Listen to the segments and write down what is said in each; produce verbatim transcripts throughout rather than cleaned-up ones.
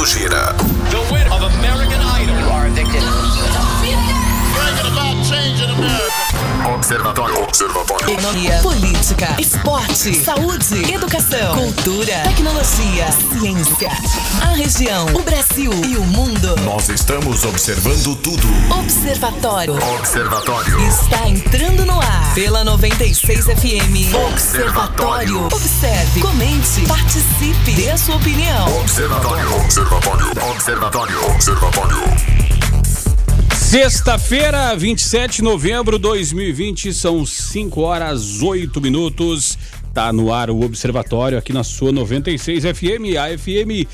gira. The winner of American Idol. You are addicted. Bringing about change in America. Observatório. Observatório. Economia, política, esporte, saúde, educação, cultura, tecnologia, ciência. A região, o Brasil e o mundo. Nós estamos observando tudo. Observatório. Observatório. Está entrando no ar pela noventa e seis F M. Observatório. Observe, comente, participe, dê a sua opinião. Observatório. Observatório. Observatório. Observatório. Sexta-feira, vinte e sete de novembro de dois mil e vinte, são cinco horas oito minutos. Tá no ar o Observatório aqui na sua noventa e seis F M, a F M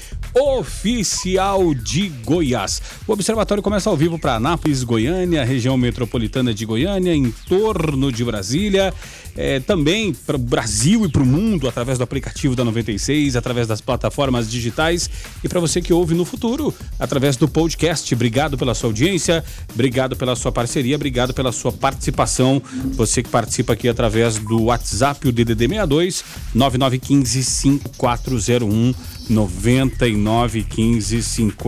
oficial de Goiás. O Observatório começa ao vivo para Anápolis, Goiânia, região metropolitana de Goiânia, em torno de Brasília, é, também para o Brasil e para o mundo, através do aplicativo da noventa e seis, através das plataformas digitais, e para você que ouve no futuro, através do podcast. Obrigado pela sua audiência, obrigado pela sua parceria, obrigado pela sua participação. Você que participa aqui através do WhatsApp, o D D D sessenta e dois, nove nove um cinco, cinco quatro zero um, nove nove um cinco, cinco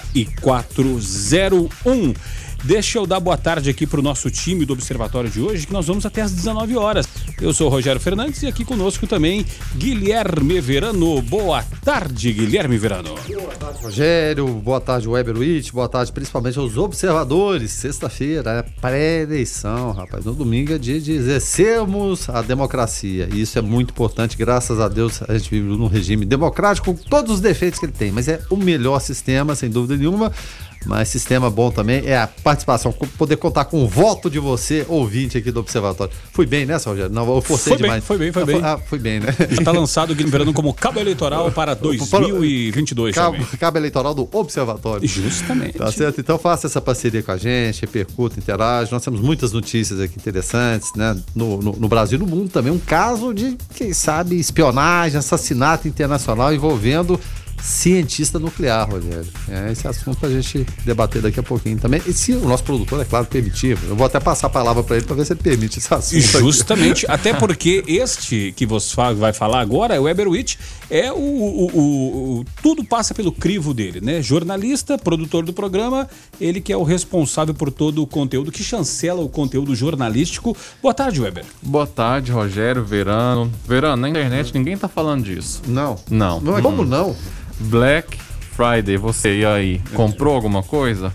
quatro zero um. Deixa eu dar boa tarde aqui para o nosso time do Observatório de hoje, que nós vamos até às dezenove horas. Eu sou o Rogério Fernandes e aqui conosco também Guilherme Verano. Boa tarde, Guilherme Verano. Boa tarde, Rogério. Boa tarde, Weber Witt. Boa tarde, principalmente aos observadores. Sexta-feira é pré-eleição, rapaz. No domingo é dia de exercermos a democracia. E isso é muito importante. Graças a Deus a gente vive num regime democrático com todos os defeitos que ele tem. Mas é o melhor sistema, sem dúvida nenhuma. Mas sistema bom também é a participação, poder contar com o voto de você, ouvinte aqui do Observatório. Fui bem, né, Rogério? Não, eu forcei foi demais. Bem, foi bem, foi bem. Ah, fui bem, né? Está lançado o Guilherme Verano como cabo eleitoral para dois mil e vinte e dois. Cabo, cabo eleitoral do Observatório. Justamente. Tá certo? Então faça essa parceria com a gente, repercuta, interage. Nós temos muitas notícias aqui interessantes, né? No, no, no Brasil e no mundo também. Um caso de, quem sabe, espionagem, assassinato internacional envolvendo cientista nuclear, Rogério. É esse assunto pra gente debater daqui a pouquinho também. E se o nosso produtor, é claro, permitir, eu vou até passar a palavra para ele para ver se ele permite esse assunto. Justamente, aqui. Até porque este que você vai falar agora, é o Weber Witt, é o, o, o, o tudo passa pelo crivo dele, né? Jornalista, produtor do programa, ele que é o responsável por todo o conteúdo, que chancela o conteúdo jornalístico. Boa tarde, Weber. Boa tarde, Rogério, Verano. Verano, na internet ninguém tá falando disso. Não. Não. Não é como não? Black Friday, você e aí, comprou alguma coisa?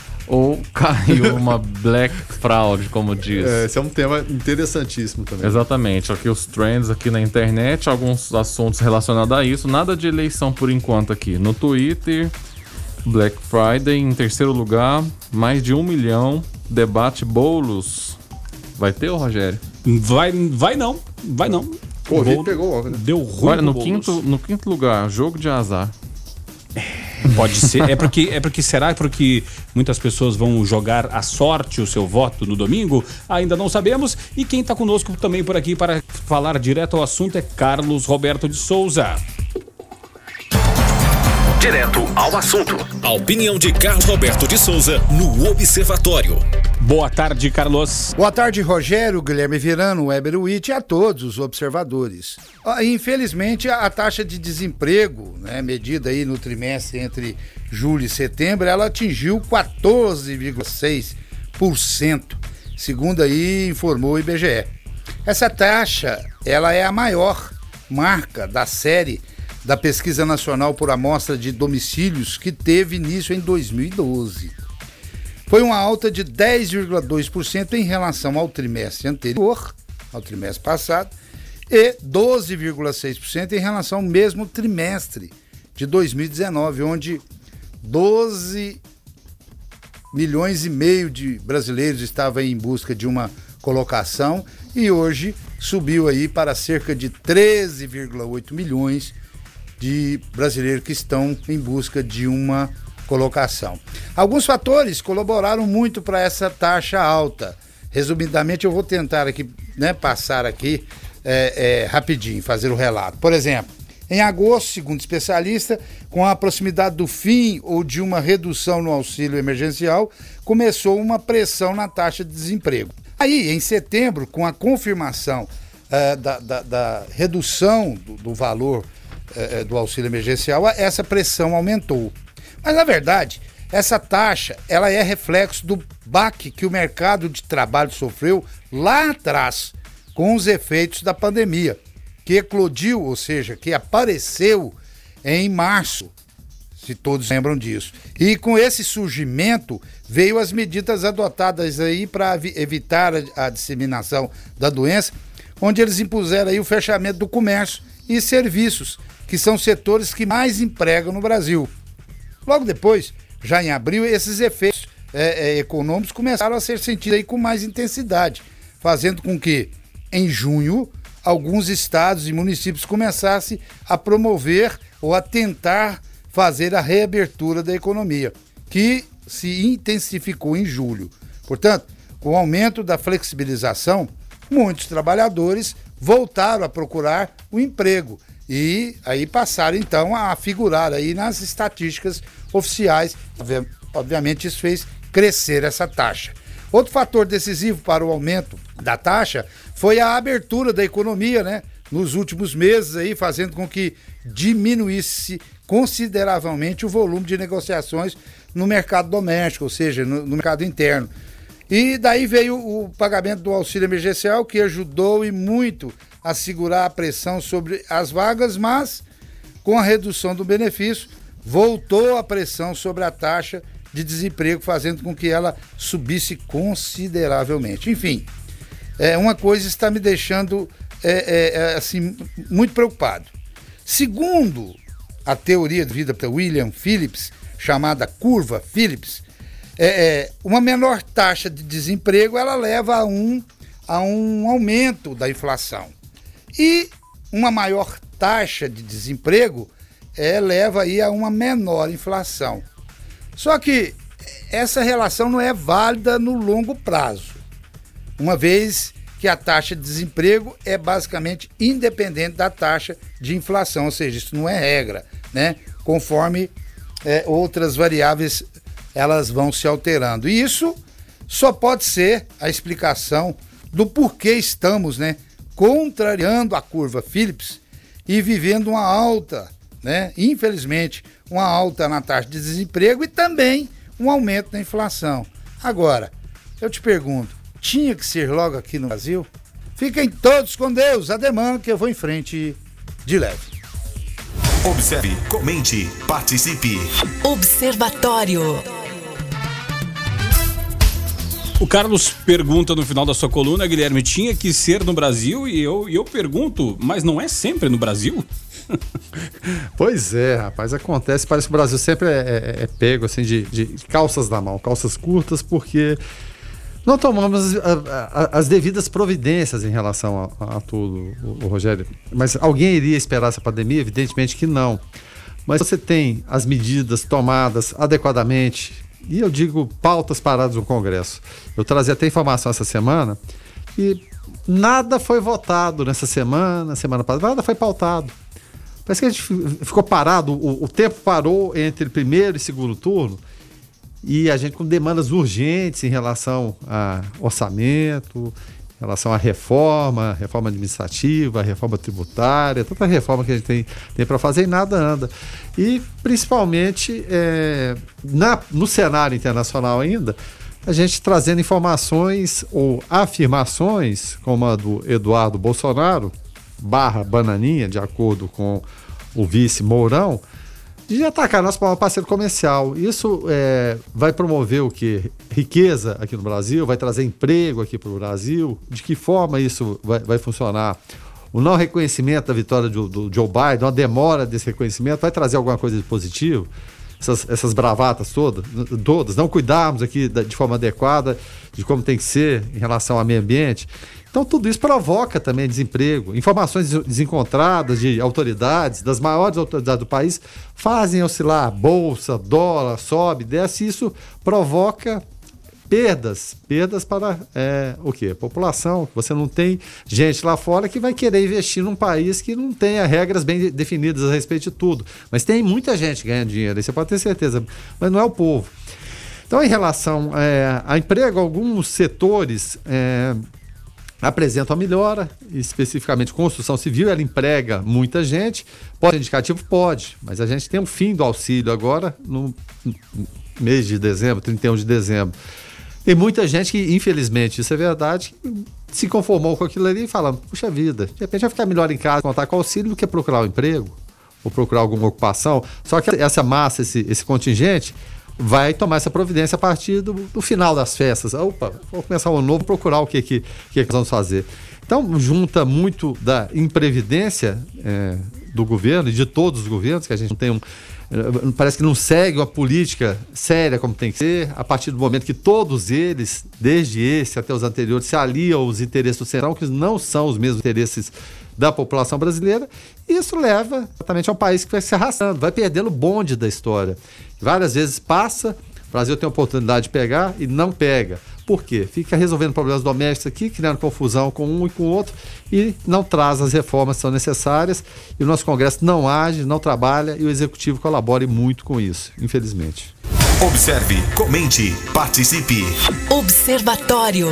Ou caiu uma Black Fraud, como diz? É, esse é um tema interessantíssimo também. Exatamente, aqui os trends aqui na internet, alguns assuntos relacionados a isso, nada de eleição por enquanto aqui. No Twitter, Black Friday em terceiro lugar, mais de um milhão, debate bolos. Vai ter, ô Rogério? Vai, vai não, vai não. Pô, ele pegou logo, né? Deu ruim. Olha, no quinto, no quinto lugar, jogo de azar. Pode ser. É porque, é porque será porque muitas pessoas vão jogar à sorte o seu voto no domingo? Ainda não sabemos. E quem está conosco também por aqui para falar direto ao assunto é Carlos Roberto de Souza. Direto ao assunto. A opinião de Carlos Roberto de Souza no Observatório. Boa tarde, Carlos. Boa tarde, Rogério, Guilherme Verano, Weber Witt e a todos os observadores. Ah, infelizmente, a taxa de desemprego, né, medida aí no trimestre entre julho e setembro, ela atingiu quatorze vírgula seis por cento, segundo aí informou o I B G E. Essa taxa, ela é a maior marca da série da Pesquisa Nacional por Amostra de Domicílios, que teve início em dois mil e doze. Foi uma alta de dez vírgula dois por cento em relação ao trimestre anterior, ao trimestre passado, e doze vírgula seis por cento em relação ao mesmo trimestre de dois mil e dezenove, onde doze milhões e meio de brasileiros estavam em busca de uma colocação e hoje subiu aí para cerca de treze vírgula oito milhões de brasileiros que estão em busca de uma colocação. Alguns fatores colaboraram muito para essa taxa alta. Resumidamente, eu vou tentar aqui, né, passar aqui é, é, rapidinho, fazer o relato. Por exemplo, em agosto, segundo especialista, com a proximidade do fim ou de uma redução no auxílio emergencial, começou uma pressão na taxa de desemprego. Aí, em setembro, com a confirmação uh, da, da, da redução do, do valor uh, do auxílio emergencial, essa pressão aumentou. Mas, na verdade, essa taxa ela é reflexo do baque que o mercado de trabalho sofreu lá atrás, com os efeitos da pandemia, que eclodiu, ou seja, que apareceu em março, se todos lembram disso. E com esse surgimento, veio as medidas adotadas aí para evitar a, a disseminação da doença, onde eles impuseram aí o fechamento do comércio e serviços, que são setores que mais empregam no Brasil. Logo depois, já em abril, esses efeitos é, é, econômicos começaram a ser sentidos aí com mais intensidade, fazendo com que, em junho, alguns estados e municípios começassem a promover ou a tentar fazer a reabertura da economia, que se intensificou em julho. Portanto, com o aumento da flexibilização, muitos trabalhadores voltaram a procurar o emprego e aí passaram então a figurar aí nas estatísticas oficiais. Obviamente isso fez crescer essa taxa. Outro fator decisivo para o aumento da taxa foi a abertura da economia, né, nos últimos meses aí, fazendo com que diminuísse consideravelmente o volume de negociações no mercado doméstico, ou seja, no, no mercado interno. E daí veio o pagamento do auxílio emergencial, que ajudou e muito a segurar a pressão sobre as vagas, mas com a redução do benefício, voltou a pressão sobre a taxa de desemprego, fazendo com que ela subisse consideravelmente. Enfim, é, uma coisa está me deixando é, é, assim, muito preocupado. Segundo a teoria de vida de William Phillips, chamada curva Phillips, é, é, uma menor taxa de desemprego ela leva a um, a um aumento da inflação. E uma maior taxa de desemprego é, leva aí a uma menor inflação. Só que essa relação não é válida no longo prazo, uma vez que a taxa de desemprego é basicamente independente da taxa de inflação, ou seja, isso não é regra, né? Conforme é, outras variáveis elas vão se alterando. E isso só pode ser a explicação do porquê estamos, né, contrariando a curva Phillips e vivendo uma alta, né, infelizmente, uma alta na taxa de desemprego e também um aumento da inflação. Agora, eu te pergunto, tinha que ser logo aqui no Brasil? Fiquem todos com Deus, ademã que eu vou em frente de leve. Observe, comente, participe. Observatório. O Carlos pergunta no final da sua coluna, Guilherme, tinha que ser no Brasil? E eu, eu pergunto, mas não é sempre no Brasil? Pois é, rapaz, acontece, parece que o Brasil sempre é, é, é pego assim de, de calças na mão, calças curtas, porque não tomamos a, a, as devidas providências em relação a, a tudo, o, o Rogério. Mas alguém iria esperar essa pandemia? Evidentemente que não. Mas você tem as medidas tomadas adequadamente, e eu digo pautas paradas no Congresso. Eu trazia até informação essa semana que nada foi votado nessa semana, semana passada, nada foi pautado. Parece que a gente ficou parado, o, o tempo parou entre primeiro e segundo turno, e a gente com demandas urgentes em relação a orçamento, em relação à reforma, reforma administrativa, reforma tributária, tanta reforma que a gente tem, tem para fazer e nada anda. E principalmente é, na, no cenário internacional ainda, a gente trazendo informações ou afirmações, como a do Eduardo Bolsonaro, barra Bananinha, de acordo com o vice Mourão, de atacar nosso maior parceiro comercial. Isso é, vai promover o quê? Riqueza aqui no Brasil, vai trazer emprego aqui para o Brasil. De que forma isso vai, vai funcionar? O não reconhecimento da vitória do, do Joe Biden, uma demora desse reconhecimento, vai trazer alguma coisa de positivo? Essas, essas bravatas todas, todas, não cuidarmos aqui de forma adequada de como tem que ser em relação ao meio ambiente. Então tudo isso provoca também desemprego. Informações desencontradas de autoridades, das maiores autoridades do país, fazem oscilar a bolsa, dólar, sobe, desce, e isso provoca perdas, perdas para é, o quê? População. Você não tem gente lá fora que vai querer investir num país que não tenha regras bem definidas a respeito de tudo. Mas tem muita gente ganhando dinheiro, aí você pode ter certeza, mas não é o povo. Então, em relação é, a emprego, alguns setores é, apresenta uma melhora, especificamente construção civil, ela emprega muita gente. Pode ser indicativo? Pode, mas a gente tem um fim do auxílio agora, no mês de dezembro, trinta e um de dezembro. Tem muita gente que, infelizmente, isso é verdade, se conformou com aquilo ali e fala, puxa vida, de repente vai ficar melhor em casa contar com auxílio do que procurar um emprego ou procurar alguma ocupação. Só que essa massa, esse, esse contingente, vai tomar essa providência a partir do, do final das festas. Opa, vou começar um ano novo, procurar o que, que, que nós vamos fazer. Então, junta muito da imprevidência é, do governo e de todos os governos, que a gente não tem um... Parece que não segue uma política séria como tem que ser, a partir do momento que todos eles, desde esse até os anteriores, se aliam aos interesses do Centrão, que não são os mesmos interesses da população brasileira. Isso leva exatamente a um país que vai se arrastando, vai perdendo o bonde da história. Várias vezes passa, o Brasil tem a oportunidade de pegar e não pega. Por quê? Fica resolvendo problemas domésticos aqui, criando confusão com um e com o outro e não traz as reformas que são necessárias. E o nosso Congresso não age, não trabalha e o Executivo colabora muito com isso, infelizmente. Observe, comente, participe. Observatório.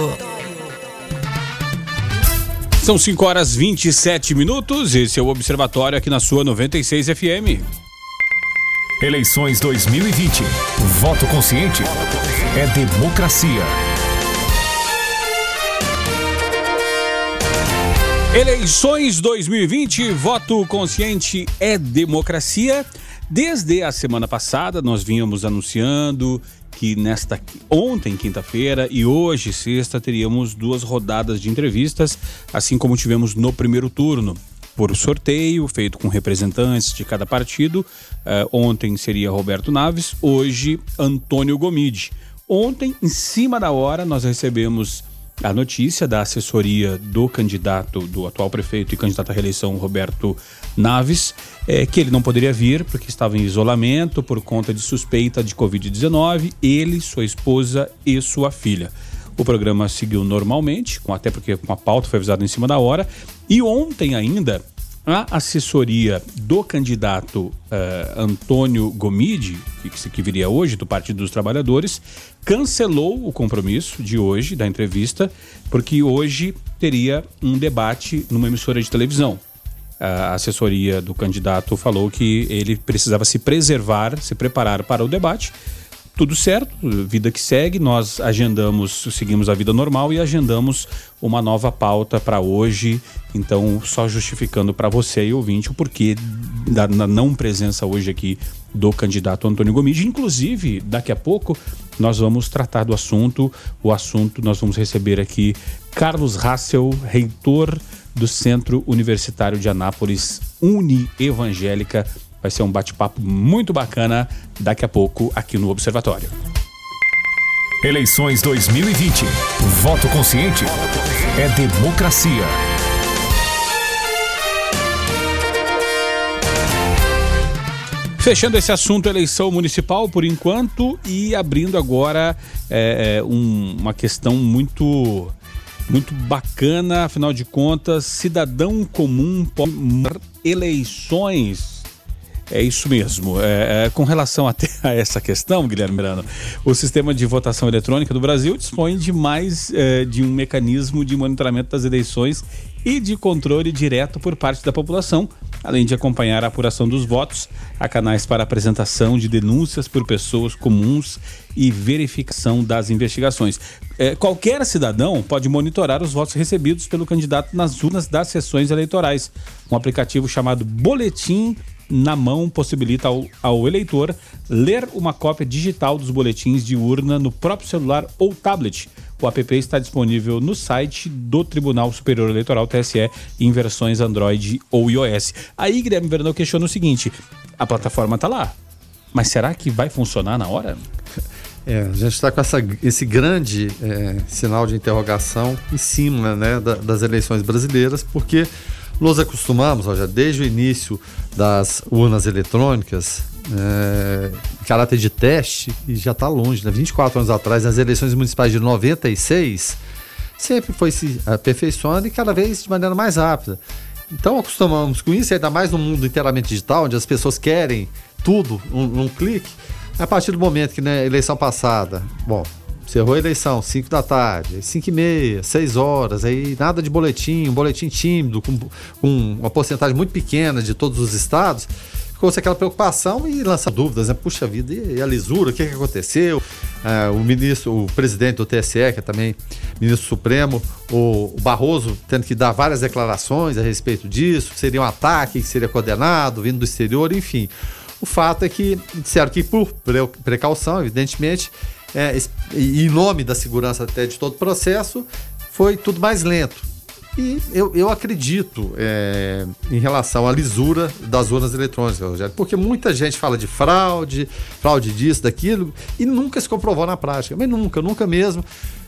São cinco horas e vinte e sete minutos. Esse é o Observatório aqui na sua noventa e seis F M. Eleições dois mil e vinte. Voto consciente é democracia. Eleições dois mil e vinte, voto consciente é democracia. Desde a semana passada nós vínhamos anunciando que nesta ontem, quinta-feira, e hoje, sexta, teríamos duas rodadas de entrevistas, assim como tivemos no primeiro turno, por sorteio, feito com representantes de cada partido. Uh, ontem seria Roberto Naves, hoje Antônio Gomide. Ontem, em cima da hora, nós recebemos a notícia da assessoria do candidato, do atual prefeito e candidato à reeleição, Roberto Naves, é, que ele não poderia vir porque estava em isolamento por conta de suspeita de covid dezenove, ele, sua esposa e sua filha. O programa seguiu normalmente, com, até porque com a pauta foi avisada em cima da hora, e ontem ainda a assessoria do candidato uh, Antônio Gomide, que, que viria hoje do Partido dos Trabalhadores, cancelou o compromisso de hoje, da entrevista, porque hoje teria um debate numa emissora de televisão. A assessoria do candidato falou que ele precisava se preservar, se preparar para o debate. Tudo certo, vida que segue, nós agendamos, seguimos a vida normal e agendamos uma nova pauta para hoje. Então, só justificando para você e ouvinte o porquê da, da não presença hoje aqui do candidato Antônio Gomide. Inclusive, daqui a pouco nós vamos tratar do assunto. O assunto nós vamos receber aqui Carlos Hassel, reitor do Centro Universitário de Anápolis, Uni Evangélica. Vai ser um bate-papo muito bacana daqui a pouco aqui no Observatório. Eleições dois mil e vinte. Voto consciente é democracia. Fechando esse assunto, eleição municipal por enquanto, e abrindo agora é, um, uma questão muito, muito bacana, afinal de contas, cidadão comum pode eleições. É isso mesmo. É, é, com relação até a essa questão, Guilherme Mirano, o sistema de votação eletrônica do Brasil dispõe de mais é, de um mecanismo de monitoramento das eleições e de controle direto por parte da população, além de acompanhar a apuração dos votos, há canais para apresentação de denúncias por pessoas comuns e verificação das investigações. É, qualquer cidadão pode monitorar os votos recebidos pelo candidato nas urnas das sessões eleitorais. Um aplicativo chamado Boletim na Mão possibilita ao, ao eleitor ler uma cópia digital dos boletins de urna no próprio celular ou tablet. O app está disponível no site do Tribunal Superior Eleitoral, T S E, em versões Android ou iOS. Aí, Guilherme Verão, questiona o seguinte: a plataforma está lá, mas será que vai funcionar na hora? É, a gente está com essa, esse grande é, sinal de interrogação em cima, né, da, das eleições brasileiras, porque nos acostumamos, ó, já desde o início das urnas eletrônicas, é, em caráter de teste, e já está longe, né? vinte e quatro anos atrás, nas eleições municipais de noventa e seis, sempre foi se aperfeiçoando e cada vez de maneira mais rápida. Então acostumamos com isso, ainda mais no mundo inteiramente digital, onde as pessoas querem tudo num, num clique. A partir do momento que na eleição passada, bom, Encerrou a eleição, cinco da tarde, cinco e meia, seis horas, aí nada de boletim, um boletim tímido, com, com uma porcentagem muito pequena de todos os estados. Ficou-se aquela preocupação e lança dúvidas, né? Puxa vida, e a lisura, o que, que aconteceu? Ah, o ministro, o presidente do T S E, que é também ministro supremo, o Barroso, tendo que dar várias declarações a respeito disso, seria um ataque que seria coordenado, vindo do exterior, enfim. O fato é que disseram que por precaução, evidentemente, é, e em nome da segurança até de todo o processo, foi tudo mais lento. E eu, eu acredito é, em relação à lisura das urnas eletrônicas, Rogério, porque muita gente fala de fraude, fraude disso, daquilo, e nunca se comprovou na prática, mas nunca, nunca mesmo.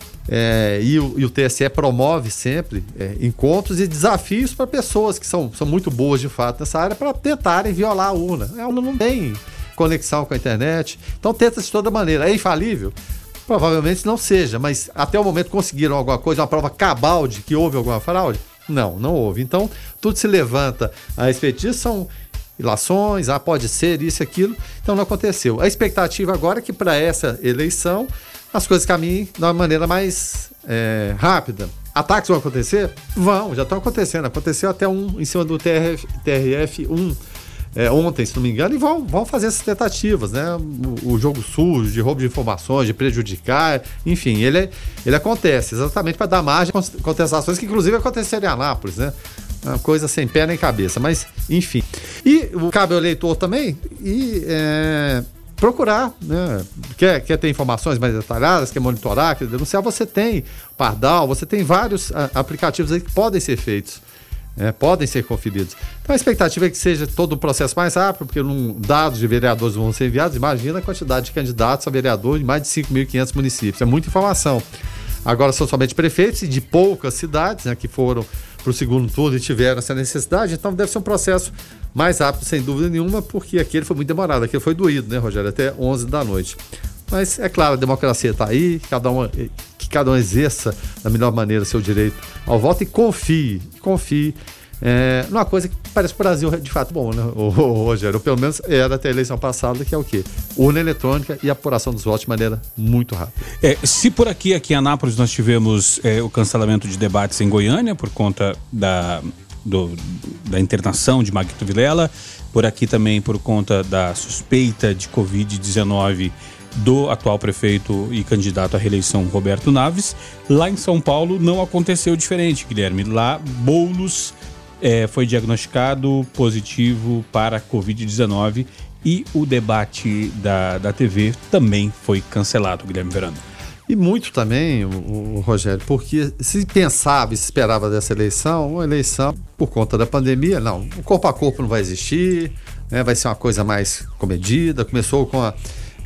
É, e, o, e o T S E promove sempre é, encontros e desafios para pessoas que são, são muito boas de fato nessa área para tentarem violar a urna. A urna não tem conexão com a internet, então tenta-se de toda maneira. É infalível? Provavelmente não seja, mas até o momento conseguiram alguma coisa, uma prova cabal de que houve alguma fraude? Não, não houve. Então, tudo se levanta a respeito disso, são ilações, ah, pode ser isso e aquilo, então não aconteceu. A expectativa agora é que para essa eleição as coisas caminhem de uma maneira mais é, rápida. Ataques vão acontecer? Vão, já estão acontecendo. Aconteceu até um em cima do T R F um. É, ontem, se não me engano, e vão, vão fazer essas tentativas, né? O, o jogo sujo, de roubo de informações, de prejudicar, enfim, ele, ele acontece exatamente para dar margem a contestações que inclusive aconteceram em Anápolis, né? Uma coisa sem pé nem cabeça, mas enfim. E o cabe ao eleitor também e é, procurar, né? Quer, quer ter informações mais detalhadas, quer monitorar, quer denunciar, você tem Pardal, você tem vários a, aplicativos aí que podem ser feitos. É, podem ser conferidos. Então a expectativa é que seja todo o processo mais rápido, porque um, dados de vereadores vão ser enviados. Imagina a quantidade de candidatos a vereador em mais de cinco mil e quinhentos municípios. É muita informação. Agora são somente prefeitos e de poucas cidades, né, que foram para o segundo turno e tiveram essa necessidade. Então deve ser um processo mais rápido, sem dúvida nenhuma, porque aquele foi muito demorado. Aquele foi doído, né, Rogério? Até onze da noite. Mas é claro, a democracia está aí, cada um, que cada um exerça da melhor maneira seu direito ao voto e confie, confie é, numa coisa que parece que o Brasil é de fato bom, né, o, o Rogério? Ou pelo menos era até a eleição passada, que é o quê? Urna eletrônica e apuração dos votos de maneira muito rápida. É, se por aqui, aqui em Anápolis, nós tivemos é, o cancelamento de debates em Goiânia por conta da, do, da internação de Maguito Vilela, por aqui também por conta da suspeita de covid dezenove do atual prefeito e candidato à reeleição Roberto Naves. Lá em São Paulo não aconteceu diferente, Guilherme. Lá, Boulos é, foi diagnosticado positivo para covid dezenove e o debate da, da T V também foi cancelado, Guilherme Verano. E muito também, o, o Rogério, porque se pensava e se esperava dessa eleição, uma eleição por conta da pandemia, não, o corpo a corpo não vai existir, né, vai ser uma coisa mais comedida. Começou com a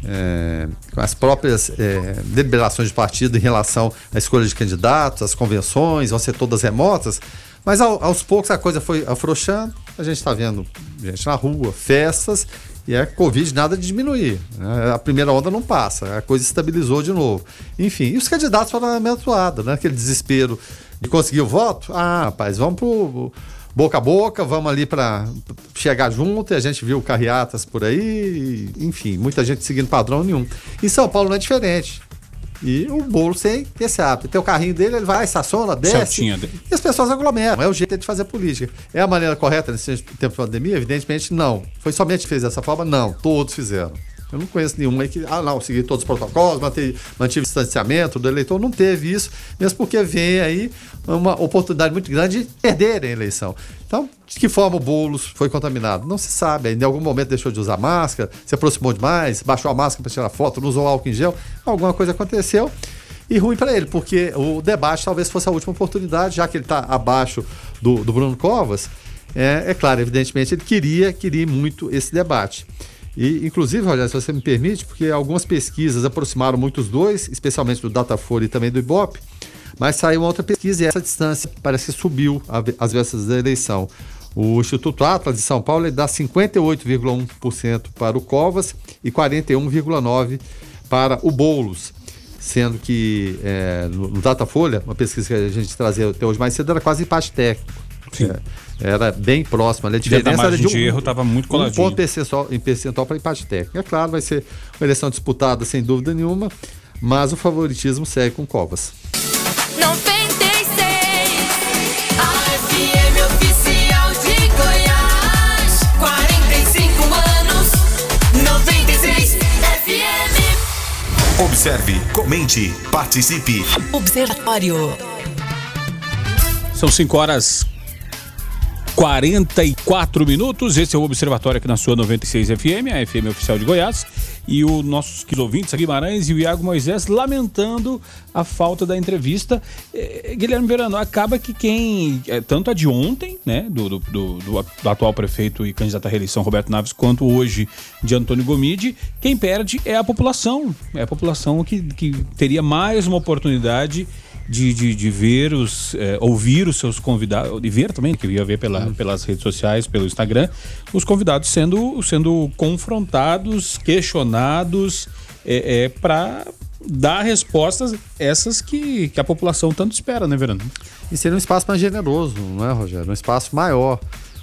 É, com as próprias é, deliberações de partido em relação à escolha de candidatos, as convenções vão ser todas remotas, mas ao, aos poucos a coisa foi afrouxando, a gente está vendo gente na rua, festas, e a Covid nada de diminuir, né? A primeira onda não passa, a coisa estabilizou de novo, enfim, e os candidatos foram na mesma toada, né? Aquele desespero de conseguir o voto, ah rapaz, vamos pro boca a boca, vamos ali para chegar junto, e a gente viu carreatas por aí, e, enfim, muita gente seguindo padrão nenhum. Em São Paulo não é diferente. E o Boulos tem esse hábito. Tem o carrinho dele, ele vai, estaciona, desce, e as pessoas aglomeram. É o jeito de fazer política. É a maneira correta nesse tempo de pandemia? Evidentemente não. Foi somente que fez dessa forma? Não, todos fizeram. Eu não conheço nenhum aí que, ah não, segui todos os protocolos, mantive, mantive distanciamento do eleitor, não teve isso, mesmo porque vem aí uma oportunidade muito grande de perderem a eleição. Então, de que forma o Boulos foi contaminado? Não se sabe, em algum momento deixou de usar máscara, se aproximou demais, baixou a máscara para tirar foto, não usou álcool em gel, alguma coisa aconteceu. E ruim para ele, porque o debate talvez fosse a última oportunidade, já que ele está abaixo do, do Bruno Covas, é, é claro, evidentemente ele queria, queria muito esse debate. E, inclusive, Rogério, se você me permite, porque algumas pesquisas aproximaram muito os dois, especialmente do Datafolha e também do Ibope, mas saiu uma outra pesquisa e essa distância parece que subiu às vésperas da eleição. O Instituto Atlas de São Paulo ele dá cinquenta e oito vírgula um por cento para o Covas e quarenta e um vírgula nove por cento para o Boulos, sendo que é, no, no Datafolha, uma pesquisa que a gente trazia até hoje mais cedo, era quase empate técnico. É, era bem próximo. A diferença era de, um, de erro estava muito coladinho. Um ponto percentual, em percentual para empate técnico. É claro, vai ser uma eleição disputada sem dúvida nenhuma, mas o favoritismo segue com Covas. noventa e seis, a F M oficial de Goiás, quarenta e cinco anos, noventa e seis F M. Observe, comente, participe. Observatório. São cinco horas quarenta e quatro minutos. Esse é o Observatório aqui na sua noventa e seis F M, a F M oficial de Goiás. E os nossos ouvintes, Guimarães e o Iago Moisés, lamentando a falta da entrevista. Eh, Guilherme Verano, acaba que quem, eh, tanto a de ontem, né, do, do, do, do atual prefeito e candidato à reeleição, Roberto Naves, quanto hoje de Antônio Gomide, quem perde é a população. É a população que, que teria mais uma oportunidade De, de, de ver os, eh, ouvir os seus convidados, de ver também, que eu ia ver pela, hum. pelas redes sociais, pelo Instagram, os convidados sendo, sendo confrontados, questionados, é, é, para dar respostas essas que, que a população tanto espera, né, Verano? E seria um espaço mais generoso, não é, Rogério? Um espaço maior,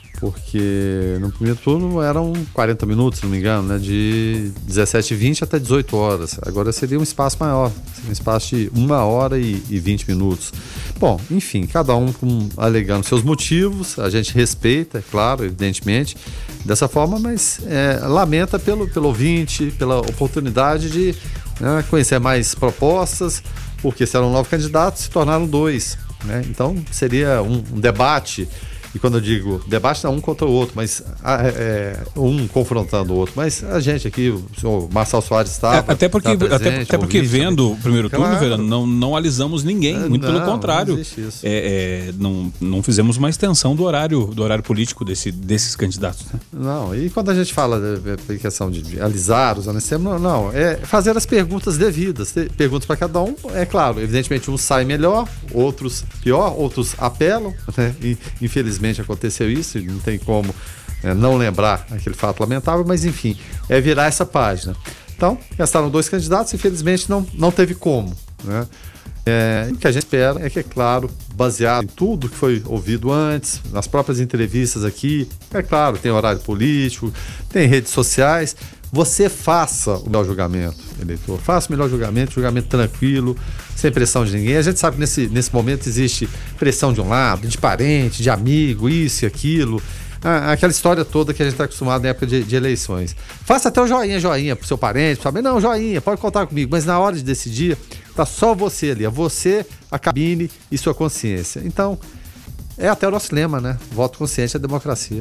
porque no primeiro turno eram quarenta minutos, se não me engano, né? De dezessete e vinte até dezoito horas. Agora seria um espaço maior, um espaço de uma hora e vinte minutos. Bom, enfim, cada um com, alegando seus motivos, a gente respeita, é claro, evidentemente, dessa forma, mas é, lamenta pelo, pelo ouvinte, pela oportunidade de, né, conhecer mais propostas, porque se eram nove candidatos, se tornaram dois, né? Então seria um, um debate. E quando eu digo debate, não é um contra o outro, mas é, um confrontando o outro. Mas a gente aqui, o senhor Marcelo Soares estava. É, até porque, presente, até, até porque vendo o primeiro turno, claro. Verano, não, não alisamos ninguém, É, muito não, pelo contrário. não existe isso. É, é, não, não fizemos uma extensão do horário, do horário político desse, desses candidatos. Né? Não, e quando a gente fala de, de questão de, de alisar os anéis, não, não, é fazer as perguntas devidas. Perguntas para cada um, é claro, evidentemente uns saem melhor, outros pior, outros apelam, né? E infelizmente aconteceu isso. Isso, não tem como é, não lembrar aquele fato lamentável, mas enfim, é virar essa página. Então, restaram dois candidatos, infelizmente não, não teve como, né? É, o que a gente espera é que, é claro, baseado em tudo que foi ouvido antes, nas próprias entrevistas aqui, é claro, tem horário político, tem redes sociais, você faça o melhor julgamento, eleitor, faça o melhor julgamento, julgamento tranquilo, sem pressão de ninguém. A gente sabe que nesse, nesse momento existe pressão de um lado, de parente, de amigo, isso e aquilo, ah, aquela história toda que a gente está acostumado na época de, de eleições. Faça até o joinha, joinha pro seu parente, sabe? Não, joinha, pode contar comigo, mas na hora de decidir, tá só você ali, é você, a cabine e sua consciência. Então, é até o nosso lema, né? Voto consciente é democracia.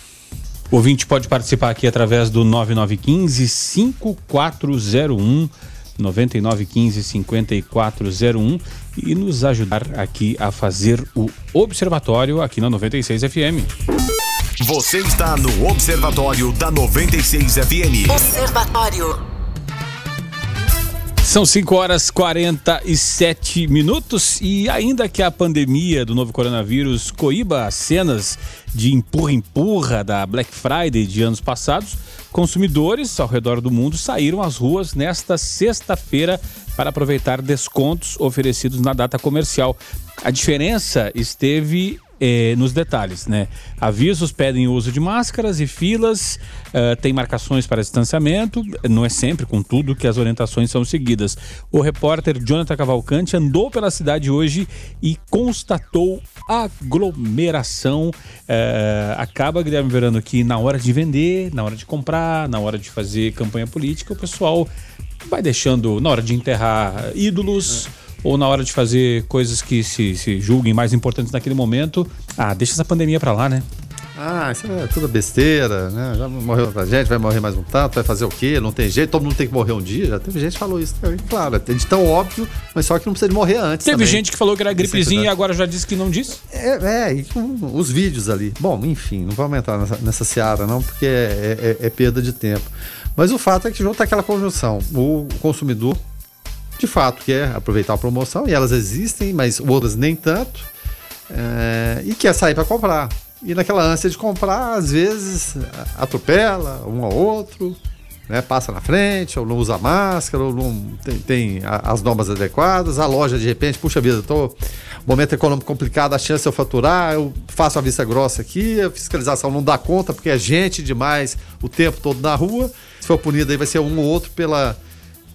O ouvinte pode participar aqui através do nove nove um cinco, cinco quatro zero um, nove nove um cinco, cinco quatro zero um e nos ajudar aqui a fazer o Observatório aqui na noventa e seis F M. Você está no Observatório da noventa e seis F M. Observatório. São cinco horas e quarenta e sete minutos e ainda que a pandemia do novo coronavírus coíba as cenas de empurra-empurra da Black Friday de anos passados, consumidores ao redor do mundo saíram às ruas nesta sexta-feira para aproveitar descontos oferecidos na data comercial. A diferença esteve eh, nos detalhes, né? Avisos pedem o uso de máscaras e filas, uh, tem marcações para distanciamento, não é sempre, contudo, que as orientações são seguidas. O repórter Jonathan Cavalcante andou pela cidade hoje e constatou aglomeração. Uh, acaba, Guilherme Verano, que na hora de vender, na hora de comprar, na hora de fazer campanha política, o pessoal vai deixando, na hora de enterrar ídolos, é. ou na hora de fazer coisas que se, se julguem mais importantes naquele momento, ah, deixa essa pandemia pra lá, né? Ah, isso é tudo besteira, né? Já morreu tanta gente, vai morrer mais um tanto, vai fazer o quê? Não tem jeito, todo mundo tem que morrer um dia. Já teve gente que falou isso, claro, é de tão óbvio, mas só que não precisa de morrer antes. Teve também. gente que falou que era gripezinha e agora já disse que não disse? É, é e com os vídeos ali. Bom, enfim, não vamos entrar nessa, nessa seara não, porque é, é, é perda de tempo. Mas o fato é que junta aquela conjunção. O consumidor, de fato, quer aproveitar a promoção, e elas existem, mas outras nem tanto, é, e quer sair para comprar. E naquela ânsia de comprar, às vezes atropela um ao outro, né, passa na frente, ou não usa máscara, ou não tem, tem as normas adequadas. A loja, de repente, puxa vida, tô momento econômico complicado, a chance de eu faturar, eu faço a vista grossa aqui, a fiscalização não dá conta, porque é gente demais o tempo todo na rua. Se for punido, aí vai ser um ou outro pela,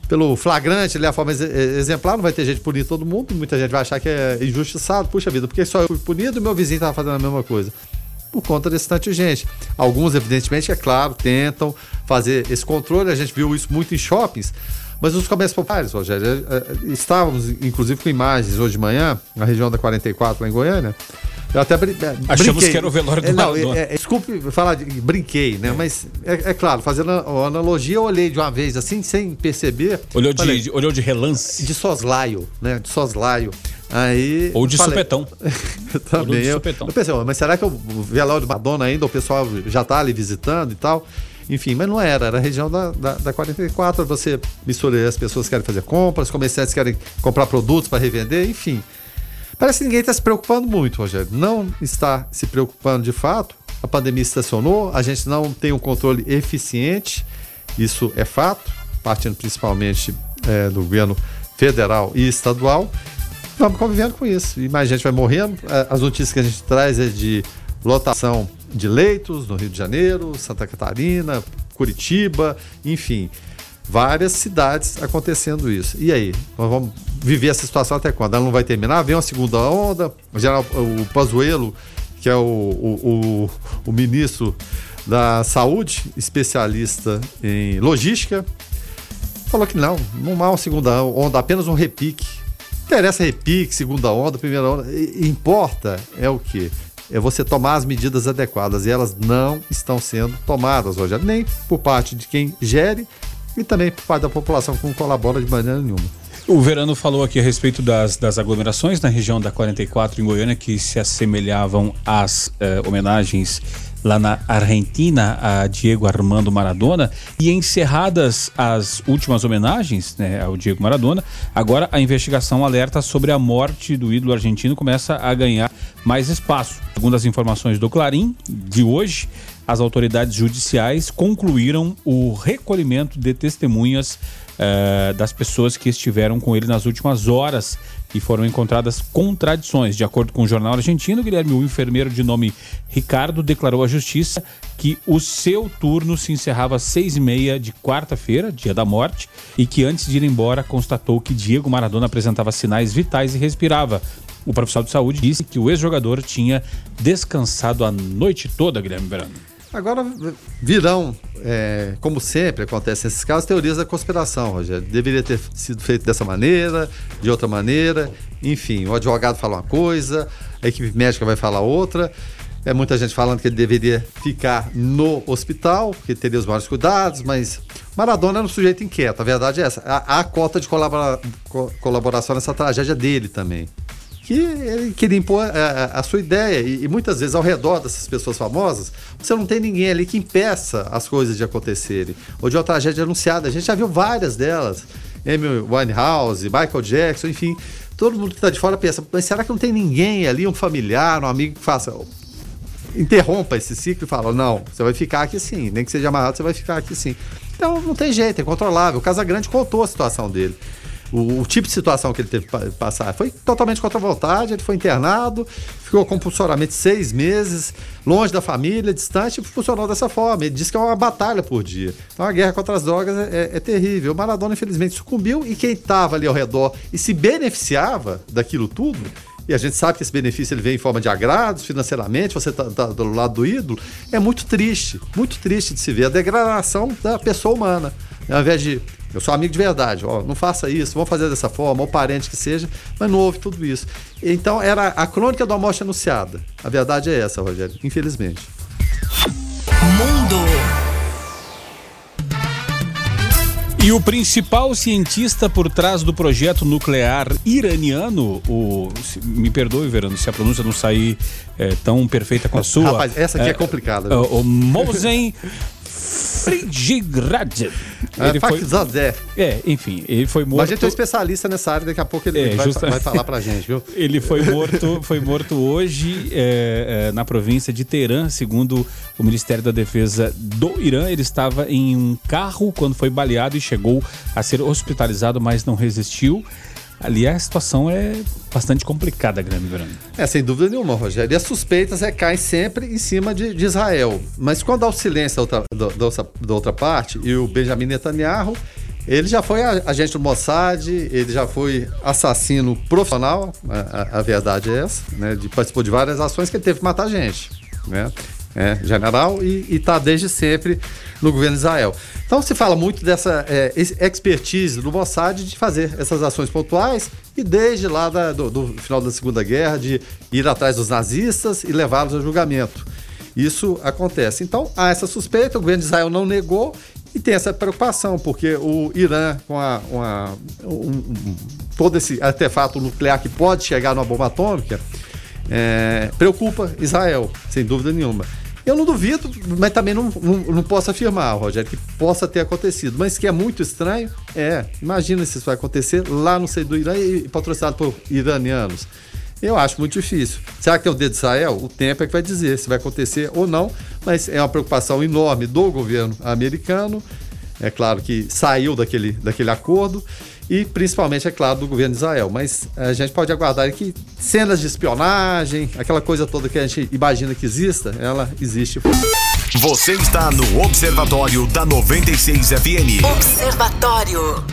pelo flagrante, ali, a forma ex- exemplar, não vai ter gente punir todo mundo, muita gente vai achar que é injustiçado, puxa vida, porque só eu fui punido e meu vizinho estava fazendo a mesma coisa. Por conta desse tanto de gente. Alguns, evidentemente, é claro, tentam fazer esse controle, a gente viu isso muito em shoppings, mas os comércios populares, Rogério, estávamos, inclusive, com imagens hoje de manhã, na região da quarenta e quatro, lá em Goiânia. Eu até brin- Achamos brinquei. que era o velório do é, não, Maradona. é, é, Desculpe falar de brinquei, né? É. Mas, é, é claro, fazendo a analogia, eu olhei de uma vez, assim, sem perceber. Olhou, falei, de, olhou de relance. De soslaio, né? De soslaio. Aí, Ou de falei, supetão. Também. de Eu, supetão. eu pensei, mas será que o velório do Madonna ainda, o pessoal já tá ali visitando e tal? Enfim, mas não era, era a região da, da, da quarenta e quatro, você mistura, as pessoas querem fazer compras, comerciantes querem comprar produtos para revender, enfim. Parece que ninguém está se preocupando muito, Rogério. Não está se preocupando de fato. A pandemia estacionou, a gente não tem um controle eficiente, isso é fato, partindo principalmente é, do governo federal e estadual. Vamos convivendo com isso. E mais gente vai morrendo. As notícias que a gente traz é de lotação de leitos no Rio de Janeiro, Santa Catarina, Curitiba, enfim, várias cidades acontecendo isso. E aí? Nós vamos viver essa situação até quando? Ela não vai terminar? Vem uma segunda onda. O general o Pazuello, que é o, o, o, o ministro da Saúde, especialista em logística, falou que não, não há uma segunda onda, apenas um repique. Não interessa repique, segunda onda, primeira onda. E, importa é o quê? É você tomar as medidas adequadas. E elas não estão sendo tomadas hoje, nem por parte de quem gere e também por parte da população que não colabora de maneira nenhuma. O Verano falou aqui a respeito das, das aglomerações na região da quarenta e quatro em Goiânia, que se assemelhavam às eh, homenagens lá na Argentina a Diego Armando Maradona, e encerradas as últimas homenagens, né, ao Diego Maradona, agora a investigação alerta sobre a morte do ídolo argentino começa a ganhar mais espaço. Segundo as informações do Clarim de hoje, as autoridades judiciais concluíram o recolhimento de testemunhas uh, das pessoas que estiveram com ele nas últimas horas e foram encontradas contradições. De acordo com o jornal argentino, Guilherme, o enfermeiro de nome Ricardo declarou à justiça que o seu turno se encerrava às seis e meia de quarta-feira, dia da morte, e que antes de ir embora constatou que Diego Maradona apresentava sinais vitais e respirava. O profissional de saúde disse que o ex-jogador tinha descansado a noite toda, Guilherme Verano. Agora virão, é, como sempre acontece nesses casos, teorias da conspiração, Rogério. Deveria ter sido feito dessa maneira, de outra maneira, enfim, o advogado fala uma coisa, a equipe médica vai falar outra. É muita gente falando que ele deveria ficar no hospital, porque teria os maiores cuidados, mas Maradona era um sujeito inquieto, a verdade é essa. Há, há cota de colabora, co, colaboração nessa tragédia dele também. Que ele queria impor a, a sua ideia, e, e muitas vezes ao redor dessas pessoas famosas, você não tem ninguém ali que impeça as coisas de acontecerem, ou de uma tragédia anunciada. A gente já viu várias delas, Amy Winehouse, Michael Jackson, enfim, todo mundo que está de fora pensa, mas será que não tem ninguém ali, um familiar, um amigo que faça, interrompa esse ciclo e fala, não, você vai ficar aqui sim, nem que seja amarrado, você vai ficar aqui sim. Então não tem jeito, é controlável. O Casagrande contou a situação dele. O, o tipo de situação que ele teve que passar foi totalmente contra a vontade. Ele foi internado, ficou compulsoriamente seis meses, longe da família, distante, e funcionou dessa forma. Ele disse que é uma batalha por dia. Então a guerra contra as drogas é, é, é terrível. O Maradona, infelizmente, sucumbiu, e quem estava ali ao redor e se beneficiava daquilo tudo, e a gente sabe que esse benefício ele vem em forma de agrados, financeiramente, você está tá do lado do ídolo, é muito triste, muito triste de se ver a degradação da pessoa humana. Ao invés de, eu sou amigo de verdade, ó, não faça isso, vamos fazer dessa forma, ou parente que seja, mas não houve tudo isso. Então era a crônica da morte anunciada. A verdade é essa, Rogério, infelizmente. Mundo. E o principal cientista por trás do projeto nuclear iraniano, o, se, me perdoe, Verano, se a pronúncia não sair é, tão perfeita com a sua. Rapaz, essa aqui é, é complicada. Viu? O, o Mohsen Fakhrizadeh. Ele foi, é, enfim, ele foi morto. Mas a gente é um especialista nessa área, daqui a pouco ele é, vai, vai falar pra gente, viu? Ele foi morto, foi morto hoje é, é, na província de Teherã, segundo o Ministério da Defesa do Irã. Ele estava em um carro quando foi baleado e chegou a ser hospitalizado, mas não resistiu. Ali a situação é bastante complicada, Grande Verano. É, sem dúvida nenhuma, Rogério. E as suspeitas recaem sempre em cima de, de Israel. Mas quando há o silêncio da outra, da, da outra parte, e o Benjamin Netanyahu Ele já foi agente do Mossad, ele já foi assassino profissional, a, a, a verdade é essa, né? Ele participou de várias ações que ele teve que matar gente, né? É, general, e está desde sempre no governo de Israel. Então se fala muito dessa é, expertise do Mossad de fazer essas ações pontuais e desde lá da, do, do final da Segunda Guerra de ir atrás dos nazistas e levá-los a julgamento. Isso acontece. Então há essa suspeita, o governo de Israel não negou e tem essa preocupação, porque o Irã, com a, uma, um, um, todo esse artefato nuclear que pode chegar numa bomba atômica, é, preocupa Israel, sem dúvida nenhuma. Eu não duvido, mas também não, não, não posso afirmar, Rogério, que possa ter acontecido. Mas que é muito estranho, é. Imagina se isso vai acontecer lá no seio do Irã e patrocinado por iranianos. Eu acho muito difícil. Será que tem o dedo de Israel? O tempo é que vai dizer se vai acontecer ou não, mas é uma preocupação enorme do governo americano. É claro que saiu daquele, daquele acordo e principalmente, é claro, do governo de Israel. Mas a gente pode aguardar que cenas de espionagem, aquela coisa toda que a gente imagina que exista, ela existe. Você está no Observatório da noventa e seis F M. Observatório.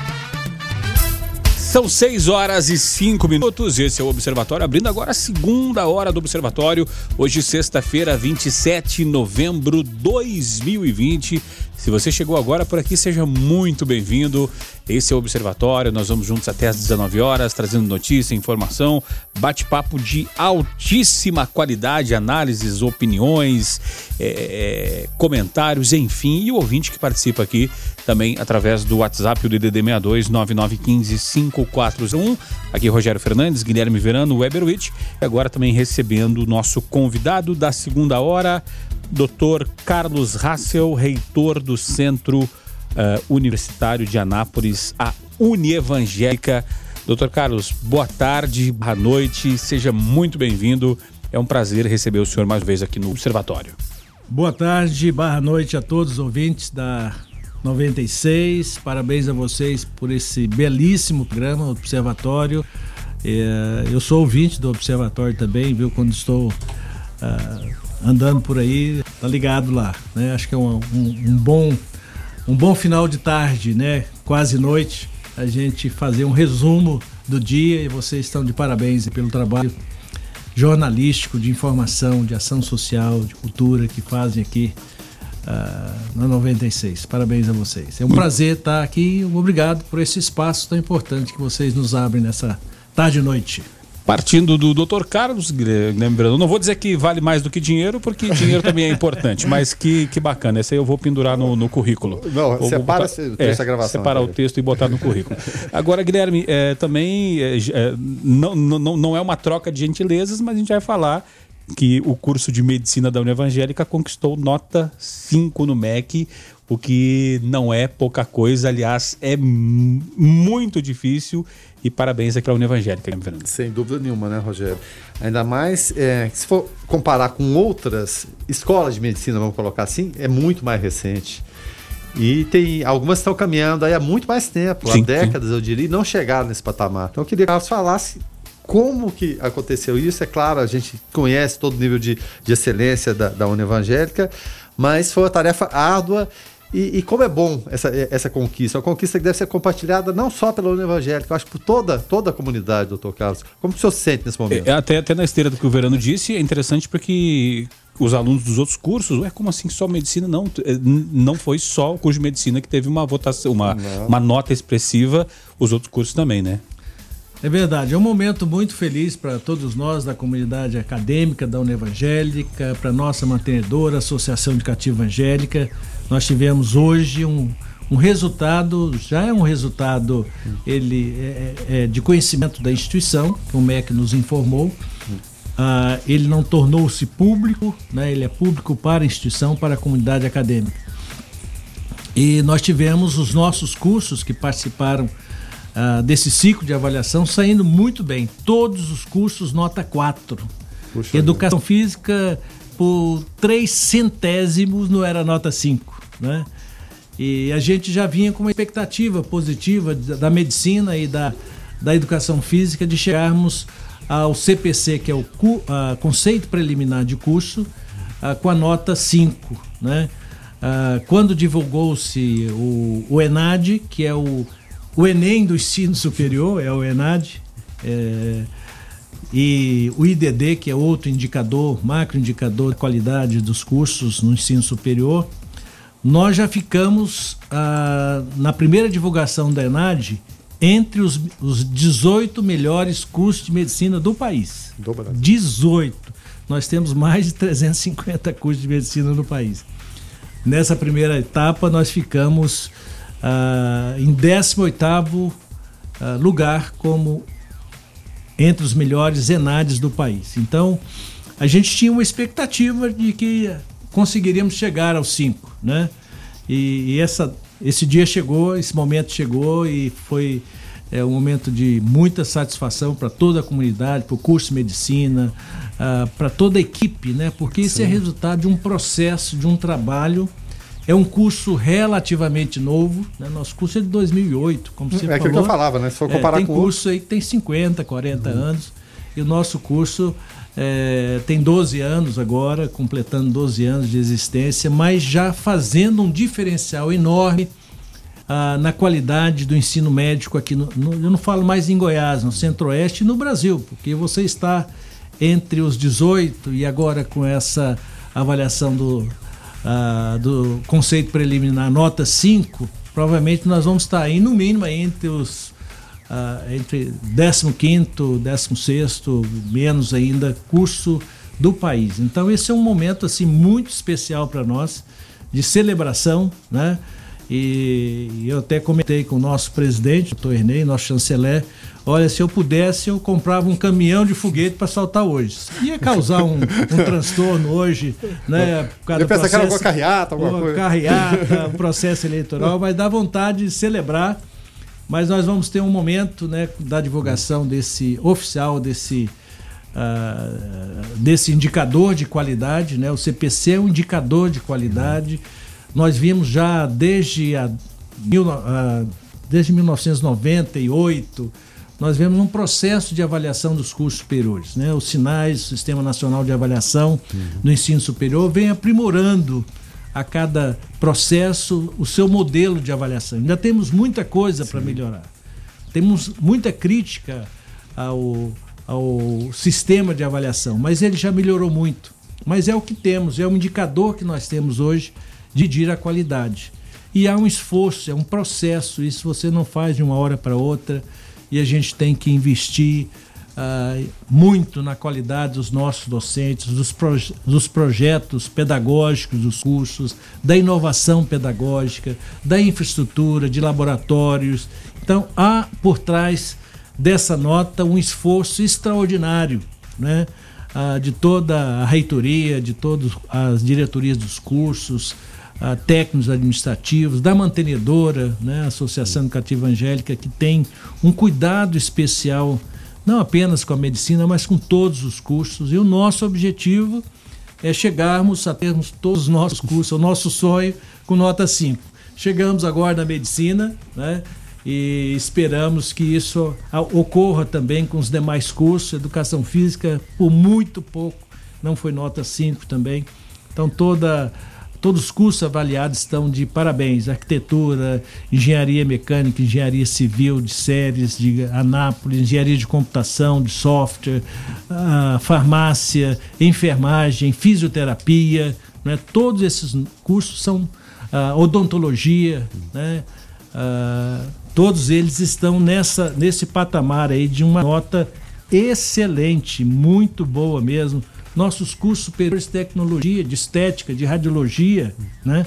São seis horas e cinco minutos, esse é o Observatório, abrindo agora a segunda hora do Observatório, hoje sexta-feira, vinte e sete de novembro de dois mil e vinte. Se você chegou agora por aqui, seja muito bem-vindo. Esse é o Observatório, nós vamos juntos até às dezenove horas, trazendo notícia, informação, bate-papo de altíssima qualidade, análises, opiniões, é, comentários, enfim, e o ouvinte que participa aqui também através do WhatsApp, o D D D seis dois nove nove um cinco cinco quatro zero um. Aqui Rogério Fernandes, Guilherme Verano, Weberwitch, e agora também recebendo o nosso convidado da segunda hora, doutor Carlos Hassel, reitor do Centro uh, Universitário de Anápolis, a Unievangélica. doutor Carlos, boa tarde, boa noite, seja muito bem-vindo. É um prazer receber o senhor mais uma vez aqui no Observatório. Boa tarde, boa noite a todos os ouvintes da noventa e seis. Parabéns a vocês por esse belíssimo programa, Observatório. É, eu sou ouvinte do Observatório também, viu? Quando estou uh, andando por aí, tá ligado lá, né? Acho que é um, um, um, bom, um bom final de tarde, né? Quase noite, a gente fazer um resumo do dia, e vocês estão de parabéns pelo trabalho jornalístico, de informação, de ação social, de cultura que fazem aqui uh, na noventa e seis. Parabéns a vocês. É um Muito. prazer estar aqui. Obrigado por esse espaço tão importante que vocês nos abrem nessa tarde e noite. Partindo do doutor Carlos, lembrando, não vou dizer que vale mais do que dinheiro, porque dinheiro também é importante, mas que, que bacana, esse aí eu vou pendurar no, no currículo. Não, vou, separa vou botar, essa é, gravação. Separar o texto e botar no currículo. Agora, Guilherme, é, também é, é, não, não, não é uma troca de gentilezas, mas a gente vai falar que o curso de medicina da Unievangélica conquistou nota cinco no M E C, o que não é pouca coisa, aliás, é m- muito difícil. E parabéns aqui para a Unievangélica, Fernando. Sem dúvida nenhuma, né, Rogério? Ainda mais, é, se for comparar com outras escolas de medicina, vamos colocar assim, é muito mais recente. E tem algumas que estão caminhando aí há muito mais tempo, sim, há décadas, sim. eu diria, e não chegaram nesse patamar. Então eu queria que o Carlos falasse como que aconteceu isso. É claro, a gente conhece todo o nível de, de excelência da, da Unievangélica, mas foi uma tarefa árdua. E, e como é bom essa, essa conquista, uma conquista que deve ser compartilhada não só pela Unievangélica, eu acho por toda, toda a comunidade, doutor Carlos. Como que o senhor se sente nesse momento? É, até, até na esteira do que o Verano disse, é interessante porque os alunos dos outros cursos, ué, como assim só medicina? Não, não foi só o curso de medicina que teve uma votação, uma, uma nota expressiva, os outros cursos também, né? É verdade, é um momento muito feliz para todos nós da comunidade acadêmica da Unievangélica, para nossa mantenedora, Associação Educativa Evangélica. Nós tivemos hoje um, um resultado, já é um resultado ele, é, é, de conhecimento da instituição, que o M E C nos informou. Ah, ele não tornou-se público, né? Ele é público para a instituição, para a comunidade acadêmica. E nós tivemos os nossos cursos que participaram Uh, desse ciclo de avaliação saindo muito bem. Todos os cursos nota quatro. Puxa, Educação Deus. Física por três centésimos não era nota cinco, né? E a gente já vinha com uma expectativa positiva da, da medicina e da, da educação física de chegarmos ao C P C, que é o cu, uh, conceito preliminar de curso, uh, com a nota cinco, né? ah, quando divulgou-se o, o ENAD, que é o, o Enem do ensino superior, é o ENAD, é, e o I D D, que é outro indicador, macroindicador de qualidade dos cursos no ensino superior, nós já ficamos, ah, na primeira divulgação da ENAD, entre os, os dezoito melhores cursos de medicina do país. Do Brasil. dezoito. Nós temos mais de trezentos e cinquenta cursos de medicina no país. Nessa primeira etapa, nós ficamos ah, em décimo oitavo ah, lugar como entre os melhores ENADs do país. Então, a gente tinha uma expectativa de que conseguiríamos chegar aos cinco, né? E, e essa, esse dia chegou, esse momento chegou e foi é, um momento de muita satisfação para toda a comunidade, para o curso de medicina, ah, para toda a equipe, né? Porque isso Sim. é resultado de um processo, de um trabalho. É um curso relativamente novo, né? Nosso curso é de dois mil e oito, como você é falou. É aquilo que eu falava, né? Se for comparar é, tem com curso outro... aí que tem cinquenta, quarenta uhum. anos, e o nosso curso é, tem doze anos agora, completando doze anos de existência, mas já fazendo um diferencial enorme ah, na qualidade do ensino médico aqui, no, no, eu não falo mais em Goiás, no Centro-Oeste e no Brasil, porque você está entre os dezoito e agora com essa avaliação do... Uh, do conceito preliminar nota cinco, provavelmente nós vamos estar aí no mínimo aí entre os uh, entre décimo quinto, décimo sexto, menos ainda, curso do país. Então esse é um momento assim muito especial para nós, de celebração, né? E eu até comentei com o nosso presidente, o doutor Ernei, nosso chanceler, olha, se eu pudesse, eu comprava um caminhão de foguete para soltar hoje. Ia causar um, um transtorno hoje, né? Por causa eu penso que era alguma carreata, alguma uma coisa. carreata, um processo eleitoral, mas dá vontade de celebrar. Mas nós vamos ter um momento, né, da divulgação desse oficial, desse, uh, desse indicador de qualidade, né? O C P C é um indicador de qualidade. Nós vimos já desde, a, mil, uh, desde mil novecentos e noventa e oito, nós vemos um processo de avaliação dos cursos superiores, né? Os sinais, o Sistema Nacional de Avaliação uhum. do Ensino Superior vem aprimorando a cada processo o seu modelo de avaliação. Ainda temos muita coisa para melhorar. Temos muita crítica ao, ao sistema de avaliação, mas ele já melhorou muito. Mas é o que temos, é um indicador que nós temos hoje de medir a qualidade. E há um esforço, é um processo, isso você não faz de uma hora para outra, e a gente tem que investir uh, muito na qualidade dos nossos docentes, dos, proje- dos projetos pedagógicos dos cursos, da inovação pedagógica, da infraestrutura, de laboratórios. Então, há por trás dessa nota um esforço extraordinário, né? Uh, de toda a reitoria, de todas as diretorias dos cursos, Uh, técnicos administrativos, da mantenedora, né, a Associação Educativa Evangélica, que tem um cuidado especial, não apenas com a medicina, mas com todos os cursos. E o nosso objetivo é chegarmos a termos todos os nossos cursos, o nosso sonho com nota cinco. Chegamos agora na medicina, né, e esperamos que isso ocorra também com os demais cursos. Educação física, por muito pouco, não foi nota cinco também. Então, toda... Todos os cursos avaliados estão de parabéns. Arquitetura, engenharia mecânica, engenharia civil, de séries, de Anápolis, engenharia de computação, de software, uh, farmácia, enfermagem, fisioterapia, né? Todos esses cursos são uh, odontologia, né? Uh, todos eles estão nessa, nesse patamar aí de uma nota excelente, muito boa mesmo. Nossos cursos superiores de tecnologia, de estética, de radiologia, né?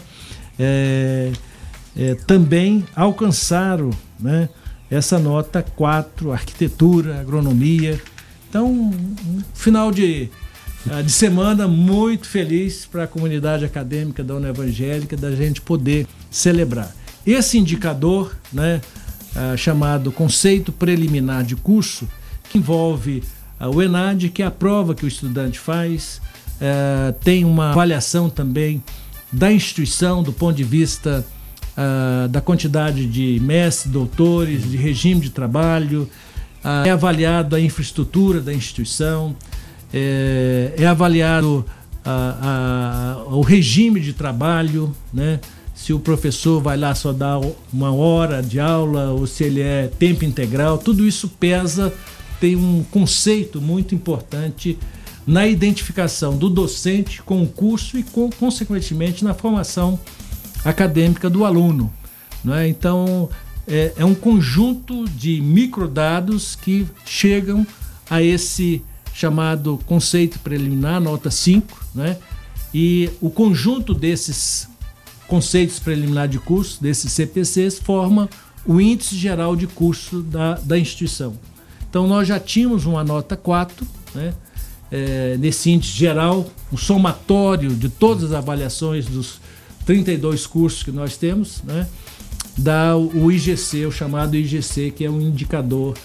É, é, também alcançaram, né, essa nota quatro, arquitetura, agronomia. Então, um final de, de semana muito feliz para a comunidade acadêmica da União Evangélica, da gente poder celebrar. Esse indicador, né, ah, chamado conceito preliminar de curso, que envolve o ENAD, que é a prova que o estudante faz, é, tem uma avaliação também da instituição do ponto de vista uh, da quantidade de mestres, doutores, de regime de trabalho, uh, é avaliado a infraestrutura da instituição, é, é avaliado a, a, o regime de trabalho, né? Se o professor vai lá só dar uma hora de aula ou se ele é tempo integral, tudo isso pesa, tem um conceito muito importante na identificação do docente com o curso e, com, consequentemente, na formação acadêmica do aluno, né? Então, é, é um conjunto de microdados que chegam a esse chamado conceito preliminar, nota cinco, né? E o conjunto desses conceitos preliminares de curso, desses C P Cs, forma o índice geral de curso da, da instituição. Então, nós já tínhamos uma nota quatro, né? É, nesse índice geral, o somatório de todas as avaliações dos trinta e dois cursos que nós temos, né? Dá o I G C, o chamado I G C, que é um indicador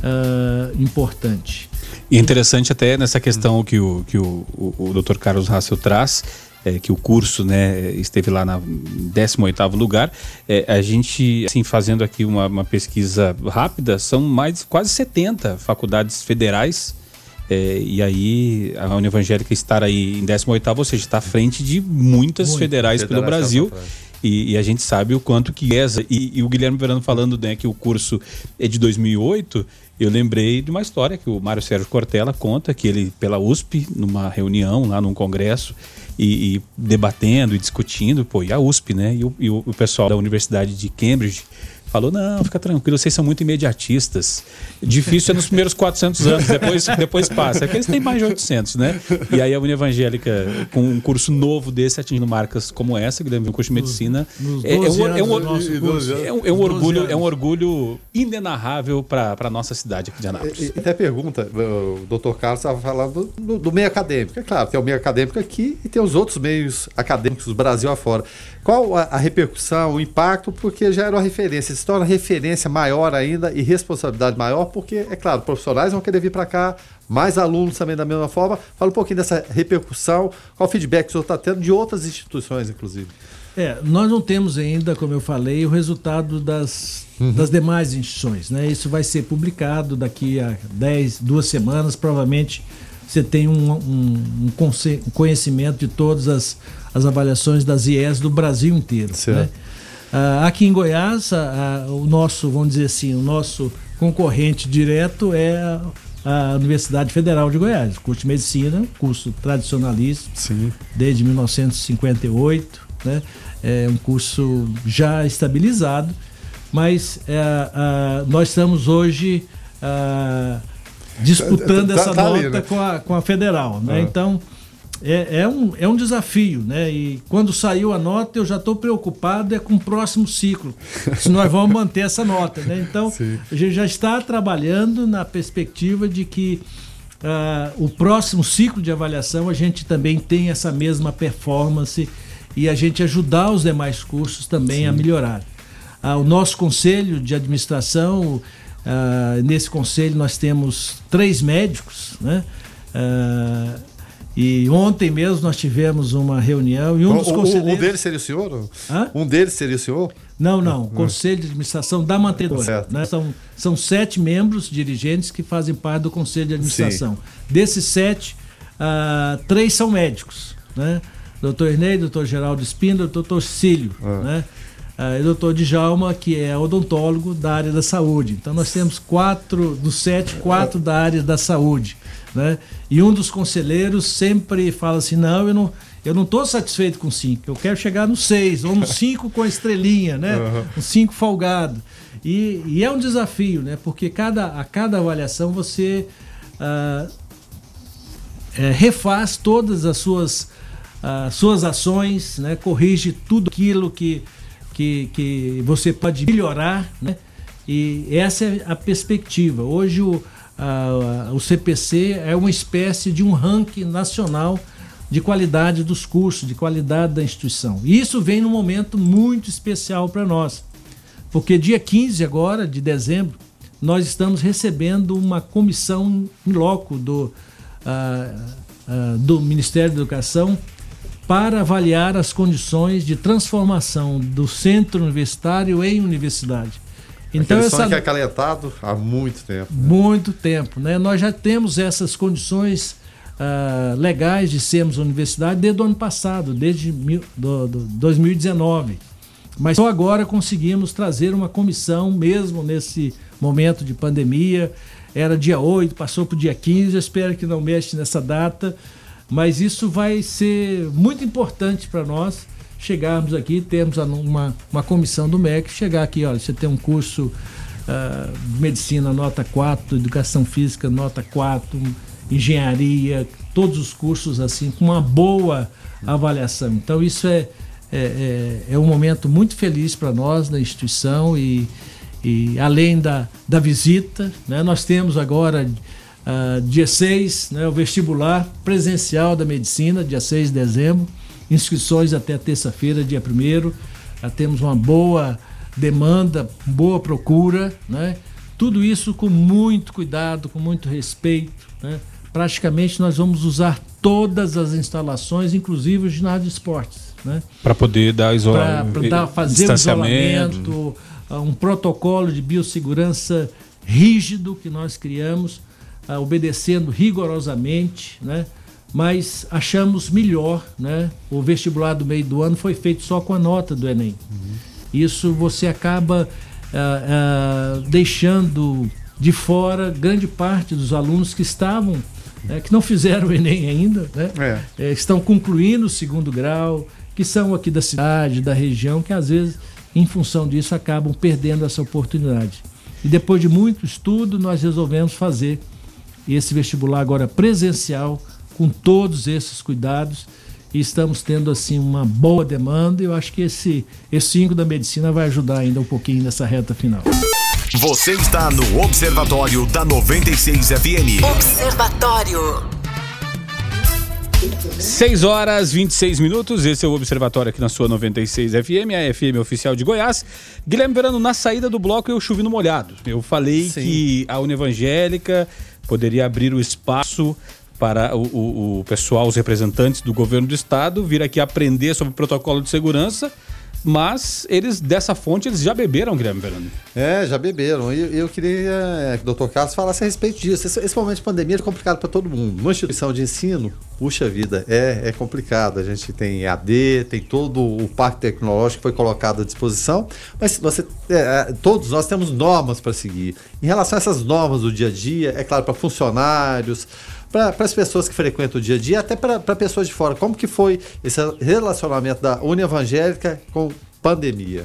uh, importante. E interessante até nessa questão que o, que o, o, o doutor Carlos Hassel traz, é, que o curso, né, esteve lá na décimo oitavo lugar. É, a gente, assim, fazendo aqui uma, uma pesquisa rápida, são mais quase setenta faculdades federais. É, e aí a União Evangélica estar aí em décimo oitavo, ou seja, está à frente de muitas Muito. federais pelo Brasil. E, e a gente sabe o quanto que é. E, e o Guilherme Verano falando, né, que o curso é de dois mil e oito, eu lembrei de uma história que o Mário Sérgio Cortella conta, que ele, pela U S P, numa reunião lá num congresso, e, e debatendo e discutindo, pô, e a U S P, né, e o, e o pessoal da Universidade de Cambridge falou, não, fica tranquilo, vocês são muito imediatistas. Difícil é nos primeiros quatrocentos anos, depois, depois passa. É que eles têm mais de oitocentos, né? E aí a União Evangélica, com um curso novo desse, atingindo marcas como essa, que deve um curso de medicina, é, é, um, é, um, é, um, é um orgulho, é um orgulho inenarrável para a nossa cidade aqui de Anápolis. E, e até pergunta, o doutor Carlos estava falando do, do meio acadêmico. É claro, tem o meio acadêmico aqui e tem os outros meios acadêmicos do Brasil afora. Qual a, a repercussão, o impacto? Porque já era uma referência, se torna referência maior ainda e responsabilidade maior, porque, é claro, profissionais vão querer vir para cá, mais alunos também da mesma forma. Fala um pouquinho dessa repercussão, qual o feedback que o senhor está tendo de outras instituições, inclusive. É, nós não temos ainda, como eu falei, o resultado das, uhum. das demais instituições, né? Isso vai ser publicado daqui a dez, duas semanas, provavelmente você tem um, um, um conhecimento de todas as, as avaliações das I E S do Brasil inteiro, né? Uh, aqui em Goiás, a, a, o nosso, vamos dizer assim, o nosso concorrente direto é a, a Universidade Federal de Goiás, curso de medicina, curso tradicionalíssimo, Sim. desde mil novecentos e cinquenta e oito, né? É um curso já estabilizado, mas é, a, nós estamos hoje a, disputando essa tá, tá nota ali, né? com, a, com a Federal, né? Ah. Então É, é, um, é um desafio, né? E quando saiu a nota, eu já estou preocupado é com o próximo ciclo, se nós vamos manter essa nota, né? Então, Sim. a gente já está trabalhando na perspectiva de que uh, o próximo ciclo de avaliação a gente também tem essa mesma performance e a gente ajudar os demais cursos também Sim. a melhorar. Uh, o nosso conselho de administração, uh, nesse conselho nós temos três médicos, né? Uh, E ontem mesmo nós tivemos uma reunião e um dos conselheiros... Um deles seria o senhor? Hã? Um deles seria o senhor? Não, não. Hum. Conselho de Administração da Mantenedora. Né? São, são sete membros dirigentes que fazem parte do Conselho de Administração. Sim. Desses sete, uh, três são médicos, né? doutor Ernei, doutor Geraldo Espíndola, doutor Cílio, ah. né? Uh, e doutor Djalma, que é odontólogo da área da saúde. Então nós temos quatro, dos sete, quatro da área da saúde, né? E um dos conselheiros sempre fala assim, não, eu não eu não estou satisfeito com cinco, eu quero chegar no seis, ou no cinco com a estrelinha, né? Uhum. Um cinco folgado. E, e é um desafio, né? Porque cada, a cada avaliação você uh, é, refaz todas as suas, uh, suas ações, né? Corrige tudo aquilo que Que, que você pode melhorar, né? E essa é a perspectiva. Hoje o, a, o C P C é uma espécie de um ranking nacional de qualidade dos cursos, de qualidade da instituição. E isso vem num momento muito especial para nós, porque dia quinze agora, de dezembro, nós estamos recebendo uma comissão in loco do, uh, uh, do Ministério da Educação para avaliar as condições de transformação do centro universitário em universidade. Então, essa sonho que é acalentado há muito tempo. Né? Muito tempo, né? Nós já temos essas condições uh, legais de sermos universidade desde o ano passado, desde mil, do, do dois mil e dezenove. Mas só agora conseguimos trazer uma comissão, mesmo nesse momento de pandemia. Era dia oito, passou para o dia quinze, eu espero que não mexa nessa data, mas isso vai ser muito importante para nós chegarmos aqui, termos uma, uma comissão do M E C, chegar aqui, olha, você tem um curso uh, de medicina nota quatro, educação física nota quatro, engenharia, todos os cursos assim, com uma boa avaliação. Então isso é, é, é, é um momento muito feliz para nós na instituição e E além da, da visita, né, nós temos agora, uh, dia seis, né, o vestibular presencial da medicina, dia seis de dezembro, inscrições até terça-feira, dia primeiro. Uh, temos uma boa demanda, boa procura, né, tudo isso com muito cuidado, com muito respeito. Né. Praticamente nós vamos usar todas as instalações, inclusive o ginásio de esportes. Né, para poder dar isolamento, para fazer o isolamento, um protocolo de biossegurança rígido que nós criamos, uh, obedecendo rigorosamente, né? Mas achamos melhor, né? O vestibular do meio do ano foi feito só com a nota do Enem. Uhum. Isso você acaba uh, uh, deixando de fora grande parte dos alunos que estavam, né? Que não fizeram o Enem ainda, né? É. É, estão concluindo o segundo grau, que são aqui da cidade, da região, que às vezes, em função disso, acabam perdendo essa oportunidade. E depois de muito estudo, nós resolvemos fazer esse vestibular agora presencial, com todos esses cuidados, e estamos tendo assim uma boa demanda. Eu acho que esse esse cinco da medicina vai ajudar ainda um pouquinho nessa reta final. Você está no Observatório da noventa e seis F M. Observatório. seis horas e vinte e seis minutos, esse é o Observatório aqui na sua noventa e seis F M, a F M oficial de Goiás. Guilherme Verano, na saída do bloco eu chovi no molhado. Eu falei Sim. que a Unevangélica poderia abrir o espaço para o, o, o pessoal, os representantes do governo do estado, vir aqui aprender sobre o protocolo de segurança, mas eles, dessa fonte, eles já beberam, Guilherme Verano. É, já beberam. E eu, eu queria é, que o doutor Carlos falasse a respeito disso. Esse, esse momento de pandemia é complicado para todo mundo. Uma instituição de ensino, puxa vida, é, é complicado. A gente tem E A D, tem todo o parque tecnológico que foi colocado à disposição, mas você, é, todos nós temos normas para seguir. Em relação a essas normas do dia a dia, é claro, para funcionários, para as pessoas que frequentam o dia a dia, até para pessoas de fora. Como que foi esse relacionamento da Unevangélica com pandemia?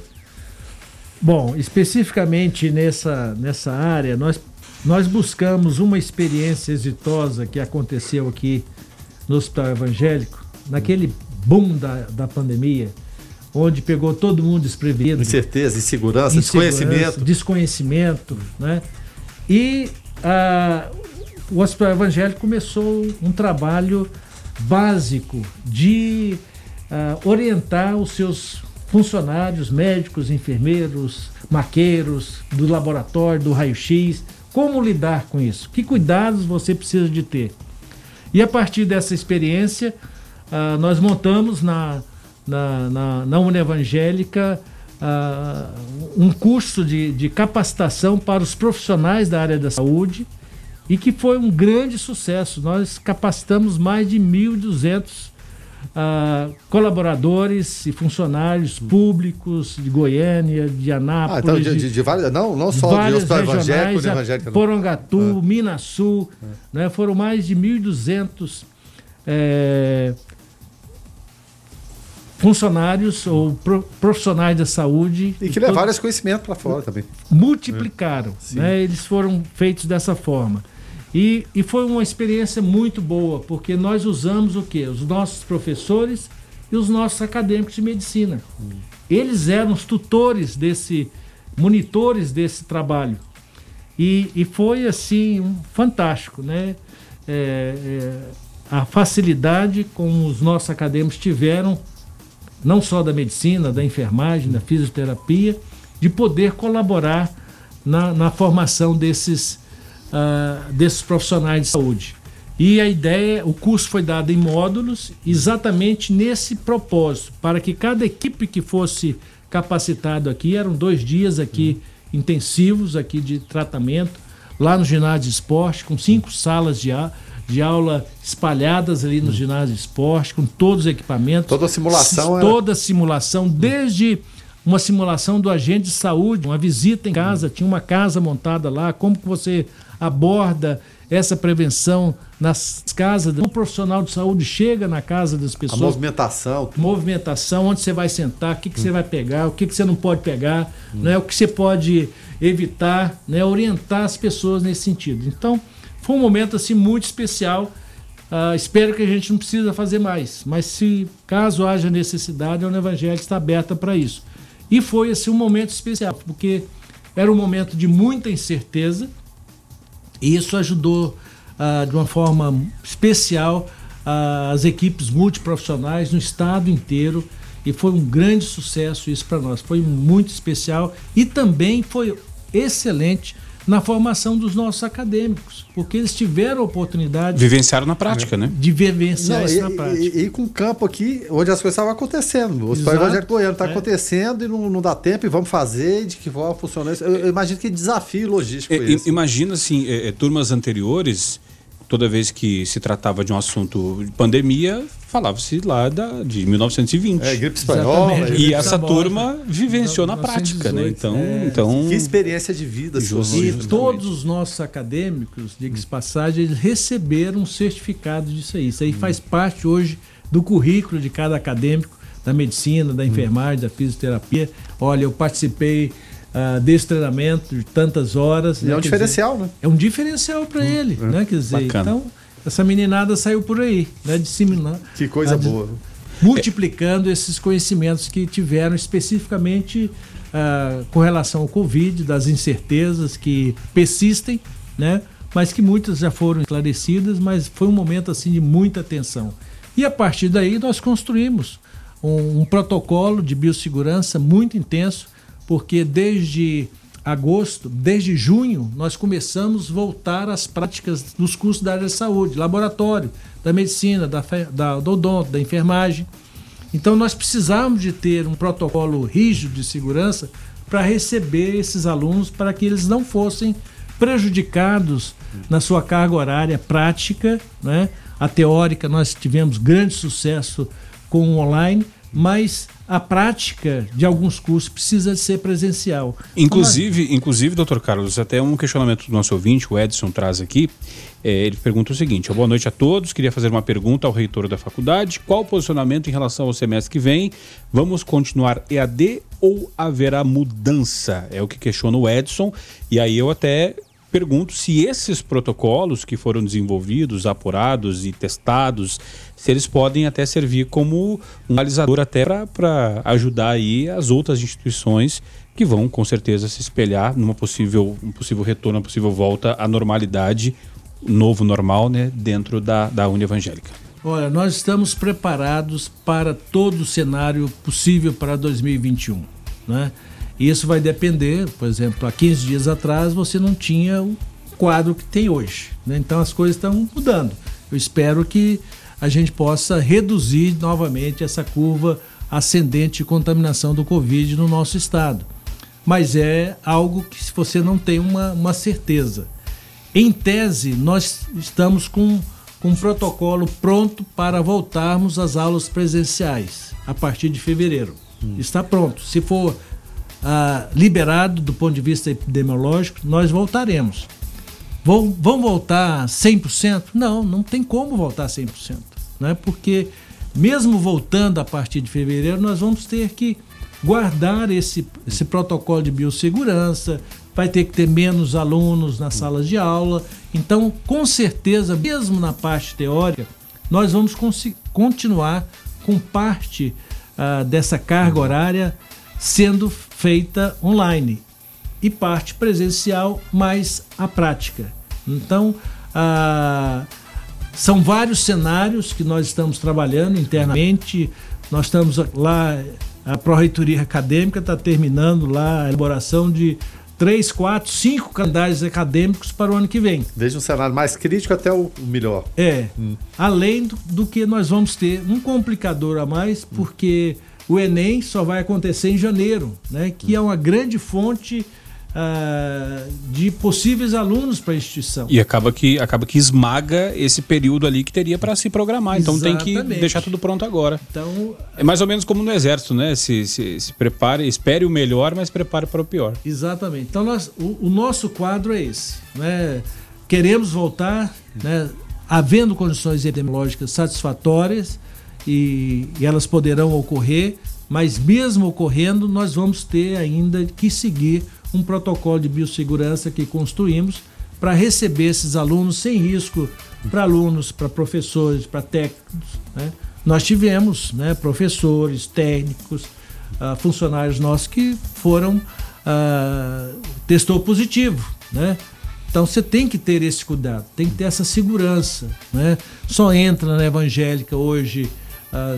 Bom, especificamente nessa, nessa área, nós, nós buscamos uma experiência exitosa que aconteceu aqui no Hospital Evangélico, naquele boom da, da pandemia, onde pegou todo mundo desprevenido. Incerteza, insegurança, desconhecimento. Desconhecimento, né? E a o Hospital Evangélico começou um trabalho básico de uh, orientar os seus funcionários, médicos, enfermeiros, maqueiros, do laboratório, do raio-x, como lidar com isso, que cuidados você precisa de ter. E a partir dessa experiência, uh, nós montamos na, na, na, na Unevangélica uh, um curso de, de capacitação para os profissionais da área da saúde, e que foi um grande sucesso. Nós capacitamos mais de mil e duzentos uh, colaboradores e funcionários públicos de Goiânia, de Anápolis. Ah, então de, de, de várias, não, não só de Hospital Evangélico, Evangélico. Porongatu, ah. Minas Sul, ah. né, foram mais de mil e duzentos é, funcionários ou pro, profissionais da saúde. E que levaram esse conhecimento para fora também. Multiplicaram, é. né, eles foram feitos dessa forma. E, e foi uma experiência muito boa, porque nós usamos o quê? Os nossos professores e os nossos acadêmicos de medicina. Hum. Eles eram os tutores desse, monitores desse trabalho. E, e foi, assim, um, fantástico, né? É, é, a facilidade com os nossos acadêmicos tiveram, não só da medicina, da enfermagem, da fisioterapia, de poder colaborar na, na formação desses Uh, desses profissionais de saúde. E a ideia, o curso foi dado em módulos exatamente nesse propósito, para que cada equipe que fosse capacitado aqui, eram dois dias aqui uhum. intensivos aqui de tratamento, lá no ginásio de esporte, com cinco salas de, de aula espalhadas ali no ginásio de esporte, com todos os equipamentos. Toda a simulação. Toda a simulação, desde uma simulação do agente de saúde, uma visita em casa, tinha uma casa montada lá, como que você aborda essa prevenção nas casas. Um profissional de saúde chega na casa das pessoas. A movimentação. Movimentação, onde você vai sentar, o que, que você vai pegar, o que, que você não pode pegar, né, o que você pode evitar, né, orientar as pessoas nesse sentido. Então, foi um momento assim muito especial. Uh, espero que a gente não precisa fazer mais, mas se caso haja necessidade, a Unievangélica está aberta para isso. E foi assim, um momento especial, porque era um momento de muita incerteza, e isso ajudou uh, de uma forma especial uh, as equipes multiprofissionais no estado inteiro, e foi um grande sucesso isso para nós. Foi muito especial e também foi excelente na formação dos nossos acadêmicos, porque eles tiveram a oportunidade... Vivenciaram na prática, né? De vivenciar Não, isso e, na prática. E, e com o campo aqui, onde as coisas estavam acontecendo. O Hospital Evangélico Goiano está é. acontecendo e não, não dá tempo, e vamos fazer, de que forma funciona isso. Eu, eu imagino que desafio logístico é, esse. Imagina, assim, é, é, turmas anteriores, toda vez que se tratava de um assunto de pandemia, falava-se lá da, de mil novecentos e vinte. É, gripe espanhola. E gripe essa turma vivenciou na prática, né? Então, é. então... Que experiência de vida. E todos os nossos acadêmicos, diga-se passagem, eles receberam um certificado disso aí. Isso aí faz parte hoje do currículo de cada acadêmico, da medicina, da enfermagem, da fisioterapia. Olha, eu participei uh, desse treinamento de tantas horas. E né? é um Quer diferencial, dizer, né? É um diferencial para ele, é. né? Quer dizer, Bacana. então, essa meninada saiu por aí, né? Disseminando. Que coisa boa. Multiplicando esses conhecimentos que tiveram especificamente uh, com relação ao Covid, das incertezas que persistem, né? Mas que muitas já foram esclarecidas, mas foi um momento assim de muita tensão. E a partir daí nós construímos um, um protocolo de biossegurança muito intenso, porque desde agosto, desde junho, nós começamos a voltar às práticas dos cursos da área de saúde, laboratório, da medicina, da, da, do odonto, da enfermagem. Então nós precisamos de ter um protocolo rígido de segurança para receber esses alunos, para que eles não fossem prejudicados na sua carga horária prática, né? A teórica nós tivemos grande sucesso com o online, mas a prática de alguns cursos precisa ser presencial. Inclusive, então, inclusive, doutor Carlos, até um questionamento do nosso ouvinte, o Edson traz aqui, é, ele pergunta o seguinte: boa noite a todos, queria fazer uma pergunta ao reitor da faculdade, qual o posicionamento em relação ao semestre que vem? Vamos continuar E A D ou haverá mudança? É o que questiona o Edson, e aí eu até pergunto se esses protocolos que foram desenvolvidos, apurados e testados, se eles podem até servir como um balizador até para ajudar aí as outras instituições que vão com certeza se espelhar numa possível, um possível retorno, uma possível volta à normalidade, novo normal, né, dentro da, da Unievangélica. Olha, nós estamos preparados para todo o cenário possível para dois mil e vinte e um, né? Isso vai depender, por exemplo, há quinze dias atrás você não tinha o quadro que tem hoje, né? Então as coisas estão mudando. Eu espero que a gente possa reduzir novamente essa curva ascendente de contaminação do Covid no nosso estado. Mas é algo que você não tem uma, uma certeza. Em tese, nós estamos com, com um protocolo pronto para voltarmos às aulas presenciais a partir de fevereiro. Hum. Está pronto. Se for Ah, liberado do ponto de vista epidemiológico, nós voltaremos. Vão, vão voltar cem por cento? Não, não tem como voltar cem por cento, né? Porque mesmo voltando a partir de fevereiro, nós vamos ter que guardar esse, esse protocolo de biossegurança, vai ter que ter menos alunos nas salas de aula. Então, com certeza, mesmo na parte teórica, nós vamos continuar com parte ah, dessa carga horária sendo feita online e parte presencial, mais a prática. Então, ah, são vários cenários que nós estamos trabalhando internamente. Nós estamos lá, a Pró-Reitoria Acadêmica está terminando lá a elaboração de três, quatro, cinco calendários acadêmicos para o ano que vem. Desde um cenário mais crítico até o melhor. É, hum. além do, do que nós vamos ter um complicador a mais, porque o Enem só vai acontecer em janeiro, né? Que é uma grande fonte ah, de possíveis alunos para a instituição. E acaba que, acaba que esmaga esse período ali que teria para se programar. Então Exatamente. Tem que deixar tudo pronto agora. Então, é mais ou menos como no exército, né? Se, se, se prepare, espere o melhor, mas prepare para o pior. Exatamente. Então nós, o, o nosso quadro é esse, né? Queremos voltar, né? Havendo condições epidemiológicas satisfatórias e, e elas poderão ocorrer, mas mesmo ocorrendo, nós vamos ter ainda que seguir um protocolo de biossegurança que construímos para receber esses alunos sem risco para alunos, para professores, para técnicos, né? Nós tivemos, né, professores, técnicos, uh, funcionários nossos que foram, uh, testou positivo, né? Então você tem que ter esse cuidado, tem que ter essa segurança, né? Só entra na evangélica hoje uh,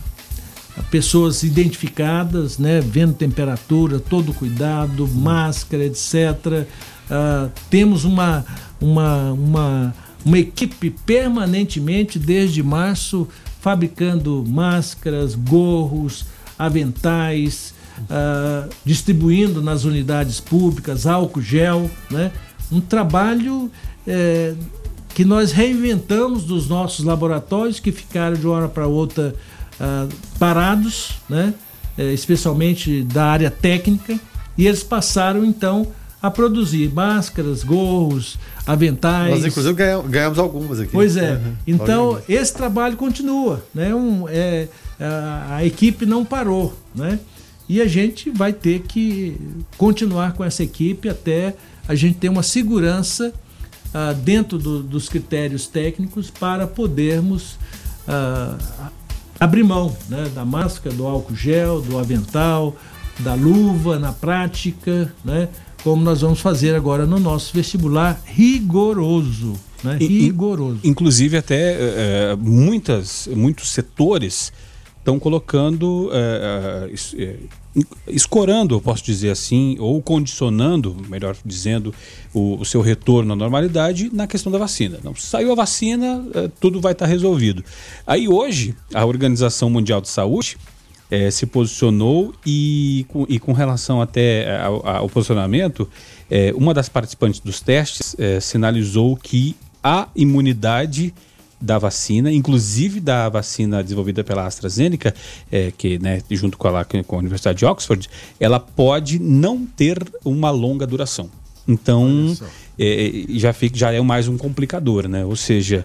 pessoas identificadas, né, vendo temperatura, todo cuidado, máscara, etcétera. Uh, temos uma, uma, uma, uma equipe permanentemente, desde março, fabricando máscaras, gorros, aventais, uh, distribuindo nas unidades públicas, álcool gel, né? Um trabalho eh, que nós reinventamos dos nossos laboratórios, que ficaram de uma hora para outra Uh, parados, né? É, especialmente da área técnica, e eles passaram então a produzir máscaras, gorros, aventais. Nós inclusive ganhamos, ganhamos algumas aqui. Pois é. Uhum. Então esse trabalho continua, né? Um, é, a, a equipe não parou, né? E a gente vai ter que continuar com essa equipe até a gente ter uma segurança uh, dentro do, dos critérios técnicos para podermos uh, abrir mão, né, da máscara, do álcool gel, do avental, da luva na prática, né, como nós vamos fazer agora no nosso vestibular rigoroso, né, rigoroso. Inclusive até é, muitas, muitos setores estão colocando, é, é, escorando, eu posso dizer assim, ou condicionando, melhor dizendo, o, o seu retorno à normalidade na questão da vacina. Não, saiu a vacina, é, tudo vai estar resolvido. Aí hoje, a Organização Mundial de Saúde é, se posicionou e com, e com relação até ao, ao posicionamento, é, uma das participantes dos testes é, sinalizou que a imunidade da vacina, inclusive da vacina desenvolvida pela AstraZeneca, é, que, né, junto com a, com a Universidade de Oxford, ela pode não ter uma longa duração. Então, é, já, fica, já é mais um complicador, né? Ou seja,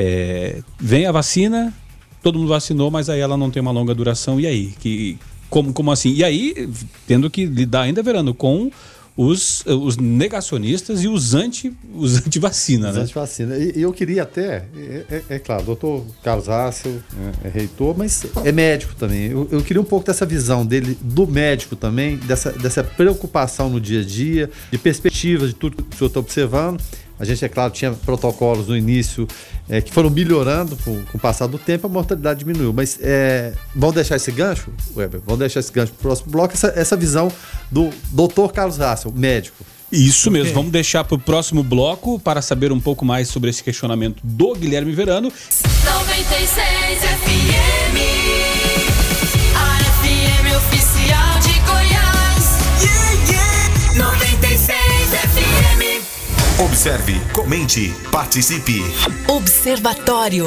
é, vem a vacina, todo mundo vacinou, mas aí ela não tem uma longa duração, e aí? Que, como, como assim? E aí, tendo que lidar ainda, Verano, com Os, os negacionistas e os anti os anti-vacina, os né? Anti-vacina. E, e eu queria até, é, é, é claro, doutor Carlos Hassel é, é reitor, mas é médico também. Eu, eu queria um pouco dessa visão dele, do médico também, dessa, dessa preocupação no dia a dia, de perspectivas de tudo que o senhor está observando. A gente, é claro, tinha protocolos no início é, que foram melhorando com, com o passar do tempo, a mortalidade diminuiu. Mas é, vão deixar esse gancho, Weber? Vão deixar esse gancho para o próximo bloco, essa, essa visão do doutor Carlos Hassel, médico. Isso mesmo, okay. Vamos deixar para o próximo bloco para saber um pouco mais sobre esse questionamento do Guilherme Verano. noventa e seis F M, a F M oficial de Goiás. Yeah, yeah. noventa e seis F M. Observe, comente, participe. Observatório.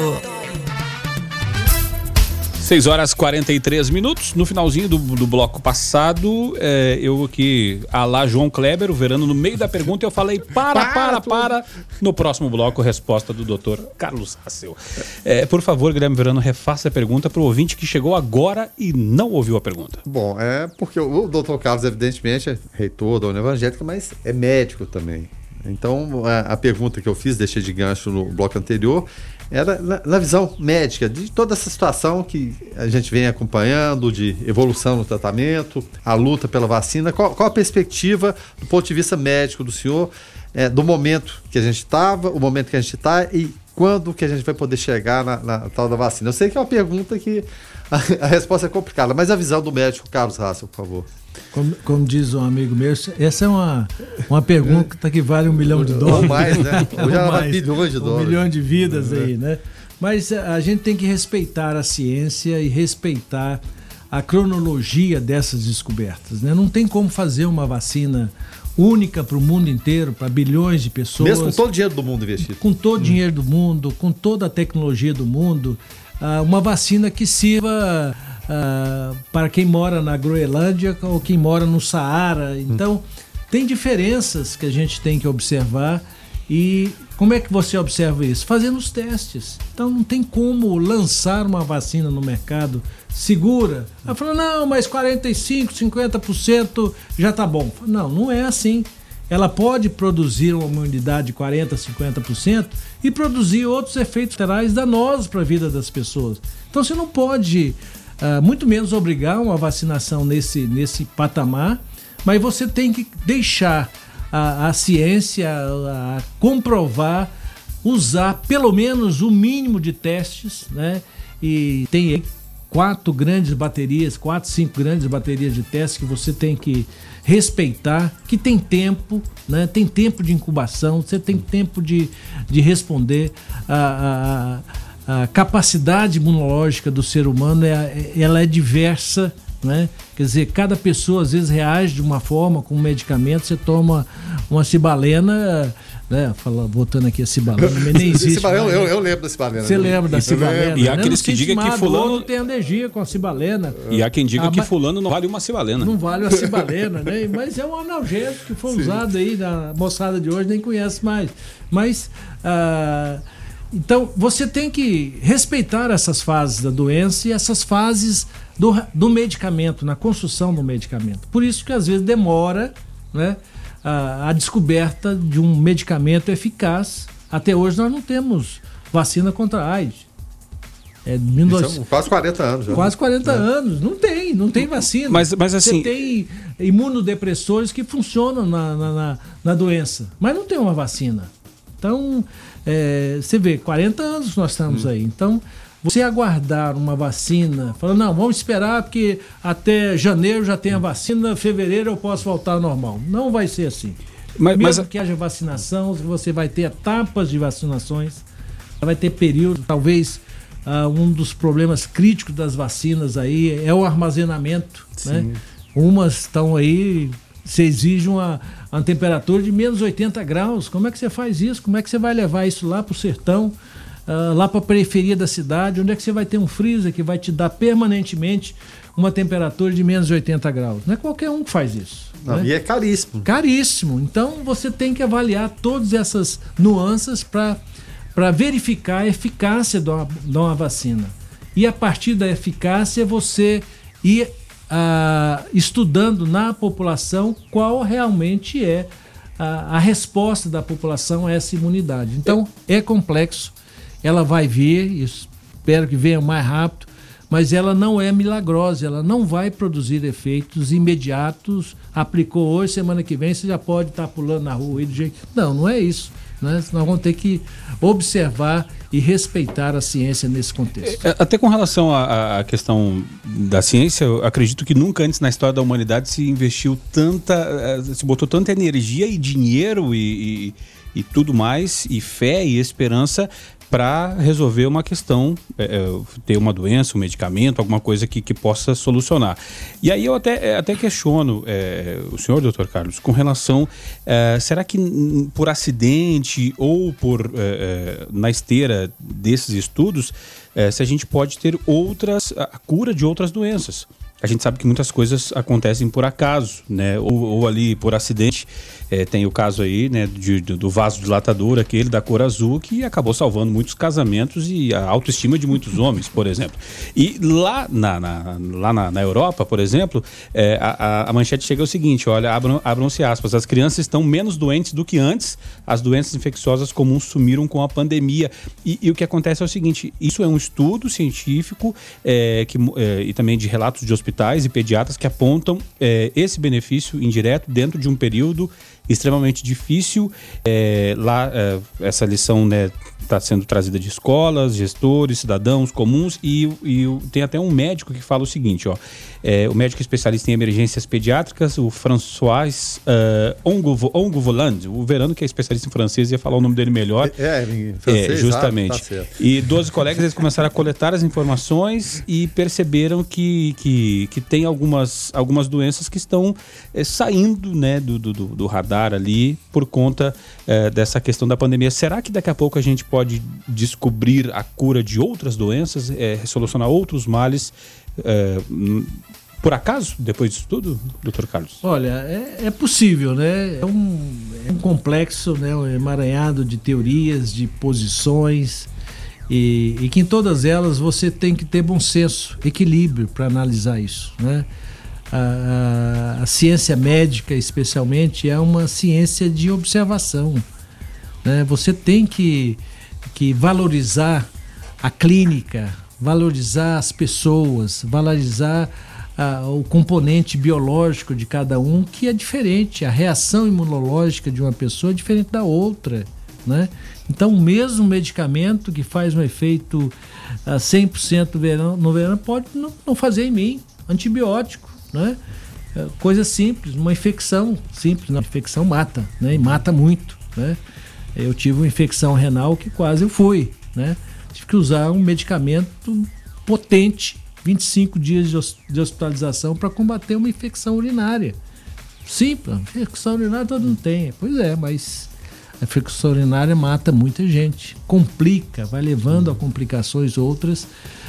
seis horas e quarenta e três minutos. No finalzinho do, do bloco passado, é, eu aqui, a lá João Kleber, o Verano, no meio da pergunta, eu falei para, para, para. No próximo bloco, resposta do doutor Carlos Hassel. É, por favor, Guilherme Verano, refaça a pergunta para o ouvinte que chegou agora e não ouviu a pergunta. Bom, é porque o doutor Carlos, evidentemente, é reitor da União Evangélica, mas é médico também. Então, a, a pergunta que eu fiz, deixei de gancho no bloco anterior, era na, na visão médica de toda essa situação que a gente vem acompanhando, de evolução no tratamento, a luta pela vacina. Qual, qual a perspectiva do ponto de vista médico do senhor, é, do momento que a gente estava, o momento que a gente está e quando que a gente vai poder chegar na, na tal da vacina? Eu sei que é uma pergunta que a, a resposta é complicada, mas a visão do médico Carlos Hassel, por favor. Como, como diz um amigo meu, essa é uma, uma pergunta que vale um milhão de dólares. Ou mais, né? Ou já vale bilhões de dólares. Um milhão de vidas uhum. aí, né? Mas a gente tem que respeitar a ciência e respeitar a cronologia dessas descobertas, né? Não tem como fazer uma vacina única para o mundo inteiro, para bilhões de pessoas. Mesmo com todo o dinheiro do mundo investido. Com todo o dinheiro do mundo, com toda a tecnologia do mundo, uh, uma vacina que sirva uh, para quem mora na Groenlândia ou quem mora no Saara. Então, tem diferenças que a gente tem que observar. E como é que você observa isso? Fazendo os testes. Então não tem como lançar uma vacina no mercado segura. Ela fala, não, mas quarenta e cinco por cento, cinquenta por cento já tá bom. Não, não é assim. Ela pode produzir uma imunidade de quarenta por cento, cinquenta por cento e produzir outros efeitos colaterais danosos para a vida das pessoas. Então você não pode, uh, muito menos obrigar uma vacinação nesse, nesse patamar, mas você tem que deixar A, a ciência a comprovar, usar pelo menos o mínimo de testes, né? E tem quatro grandes baterias, quatro, cinco grandes baterias de testes que você tem que respeitar, que tem tempo, né? Tem tempo de incubação, você tem tempo de, de responder. A, a, a capacidade imunológica do ser humano é, ela é diversa, né? Quer dizer, cada pessoa às vezes reage de uma forma com um medicamento. Você toma uma cibalena, né? Fala, voltando aqui a cibalena, mas nem existe. Cibalena, eu, eu lembro da cibalena. Você lembra da cibalena? E há aqueles que digam que fulano tem alergia com a cibalena. E há quem diga ah, que fulano não vale uma cibalena. Não vale uma cibalena, né? Mas é um analgésico que foi Sim. usado aí, na moçada de hoje nem conhece mais. Mas ah, então você tem que respeitar essas fases da doença e essas fases Do, do medicamento, na construção do medicamento. Por isso que às vezes demora, né, a, a descoberta de um medicamento eficaz. Até hoje nós não temos vacina contra a AIDS. É mil e novecentos... São quase quarenta anos. Já. Quase quarenta é. anos. Não tem, não tem vacina. Mas, mas assim... Você tem imunodepressores que funcionam na, na, na, na doença, mas não tem uma vacina. Então, é, você vê, quarenta anos nós estamos hum. aí. Então, você aguardar uma vacina, falando, não, vamos esperar porque até janeiro já tem a vacina, fevereiro eu posso voltar ao normal. Não vai ser assim. Mas, Mesmo mas... que haja vacinação, você vai ter etapas de vacinações, vai ter período, talvez uh, um dos problemas críticos das vacinas aí é o armazenamento, né? Umas estão aí, você exige uma, uma temperatura de menos oitenta graus. Como é que você faz isso? Como é que você vai levar isso lá para o sertão? Uh, lá para a periferia da cidade, onde é que você vai ter um freezer que vai te dar permanentemente uma temperatura de menos oitenta graus? Não é qualquer um que faz isso. Não, né? E é caríssimo. Caríssimo. Então você tem que avaliar todas essas nuances para para verificar a eficácia de uma, de uma vacina. E a partir da eficácia você ir uh, estudando na população qual realmente é a, a resposta da população a essa imunidade. Então é complexo. Ela vai vir, espero que venha mais rápido, mas ela não é milagrosa, ela não vai produzir efeitos imediatos. Aplicou hoje, semana que vem você já pode estar pulando na rua aí do jeito. Não, não é isso. Né? Nós vamos ter que observar e respeitar a ciência nesse contexto. Até com relação à, à questão da ciência, eu acredito que nunca antes na história da humanidade se investiu tanta, se botou tanta energia e dinheiro e, e, e tudo mais, e fé e esperança para resolver uma questão, é, ter uma doença, um medicamento, alguma coisa que, que possa solucionar. E aí eu até, até questiono é, o senhor, doutor Carlos, com relação, é, será que por acidente ou por é, na esteira desses estudos, é, se a gente pode ter outras, a cura de outras doenças? A gente sabe que muitas coisas acontecem por acaso, né? Ou, ou ali por acidente. É, tem o caso aí, né, de, do vasodilatador, aquele da cor azul, que acabou salvando muitos casamentos e a autoestima de muitos homens, por exemplo. E lá na, na, lá na, na Europa, por exemplo, é, a, a manchete chega ao seguinte, olha, abram, abram-se aspas, as crianças estão menos doentes do que antes, as doenças infecciosas comuns sumiram com a pandemia. E, e o que acontece é o seguinte, isso é um estudo científico é, que, é, e também de relatos de hospitais e pediatras que apontam é, esse benefício indireto dentro de um período extremamente difícil. É, lá, é, essa lição, né, está sendo trazida de escolas, gestores, cidadãos comuns, e, e tem até um médico que fala o seguinte, ó, é, o médico especialista em emergências pediátricas, o François uh, Ongovoland, o Verano, que é especialista em francês, ia falar o nome dele melhor. É, em francês, é, justamente. Ah, tá certo. E doze colegas, eles começaram a coletar as informações e perceberam que, que, que tem algumas, algumas doenças que estão é, saindo, né, do, do, do radar ali por conta é, dessa questão da pandemia. Será que daqui a pouco a gente pode descobrir a cura de outras doenças, é, solucionar outros males, é, por acaso, depois disso tudo, doutor Carlos? Olha, é, é possível, né? É um, é um complexo, né? Um emaranhado de teorias, de posições, e, e que em todas elas você tem que ter bom senso, equilíbrio para analisar isso, né? A, a, a ciência médica, especialmente, é uma ciência de observação, né? Você tem que, que valorizar a clínica, valorizar as pessoas, valorizar a, o componente biológico de cada um, que é diferente. A reação imunológica de uma pessoa é diferente da outra, né? Então, o mesmo medicamento que faz um efeito a cem por cento no verão, no verão pode não, não fazer em mim. Antibiótico, né? Coisa simples, uma infecção simples, uma infecção mata, né? E mata muito, né? Eu tive uma infecção renal que quase eu fui, né? Tive que usar um medicamento potente, vinte e cinco dias de hospitalização para combater uma infecção urinária. Simples, infecção urinária todo mundo tem, pois é, mas a infecção urinária mata muita gente, complica, vai levando a complicações outras,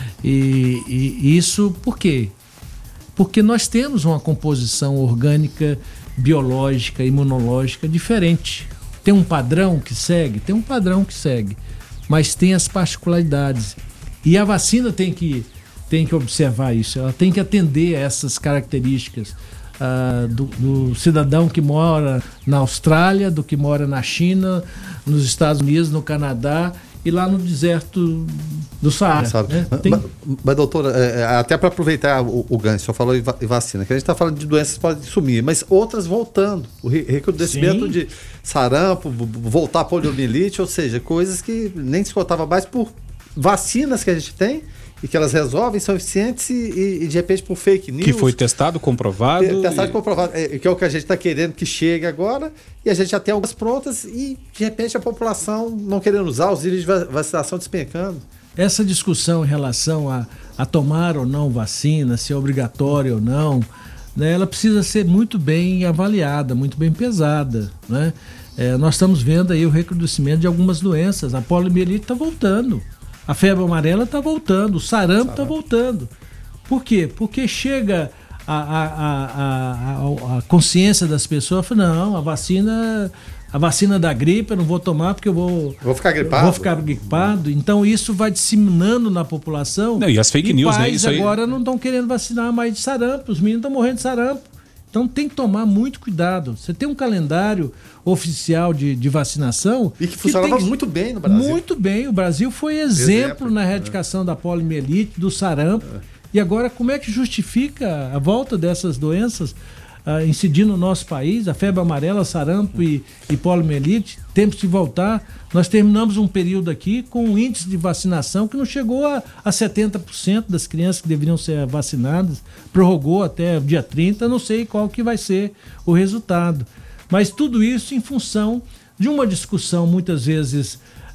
e, e isso por quê? Porque nós temos uma composição orgânica, biológica, imunológica diferente. Tem um padrão que segue? Tem um padrão que segue, mas tem as particularidades. E a vacina tem que, tem que observar isso, ela tem que atender a essas características uh, do, do cidadão que mora na Austrália, do que mora na China, nos Estados Unidos, no Canadá e lá no deserto do Saara. Né? Tem... Mas, mas, doutora, é, até para aproveitar o, o ganho, o senhor falou em vacina, que a gente está falando de doenças que podem sumir, mas outras voltando. O recrudescimento de sarampo, voltar a poliomielite, ou seja, coisas que nem se contava mais por vacinas que a gente tem e que elas resolvem, são eficientes e, e de repente por fake news. Que foi testado, comprovado. Testado e e comprovado, é, que é o que a gente está querendo que chegue agora, e a gente já tem algumas prontas e de repente a população não querendo usar, os índices de vacinação despencando. Essa discussão em relação a, a tomar ou não vacina, se é obrigatório ou não, né, ela precisa ser muito bem avaliada, muito bem pesada, né? É, nós estamos vendo aí o recrudescimento de algumas doenças, a poliomielite está voltando. A febre amarela está voltando, o sarampo está voltando. Por quê? Porque chega a, a, a, a, a consciência das pessoas, não, a vacina, a vacina da gripe eu não vou tomar porque eu vou, vou ficar gripado. Vou ficar gripado. Então isso vai disseminando na população. Não, e as fake e news, pais né? Isso aí... agora não estão querendo vacinar mais de sarampo, os meninos estão morrendo de sarampo. Então tem que tomar muito cuidado. Você tem um calendário oficial de, de vacinação... E que funcionava que... muito bem no Brasil. Muito bem. O Brasil foi exemplo, exemplo na erradicação é. da poliomielite, do sarampo. É. E agora, como é que justifica a volta dessas doenças uh, incidindo no nosso país? A febre amarela, sarampo e, e poliomielite, temos de voltar. Nós terminamos um período aqui com um índice de vacinação que não chegou a, a setenta por cento das crianças que deveriam ser vacinadas. Prorrogou até o dia trinta, não sei qual que vai ser o resultado. Mas tudo isso em função de uma discussão muitas vezes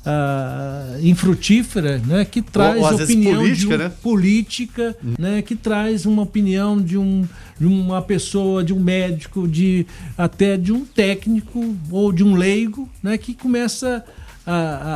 uh, infrutífera, né, que traz ou, ou, opinião política, de um, né? política, hum. né, que traz uma opinião de, um, de uma pessoa, de um médico, de até de um técnico ou de um leigo, né, que começa a,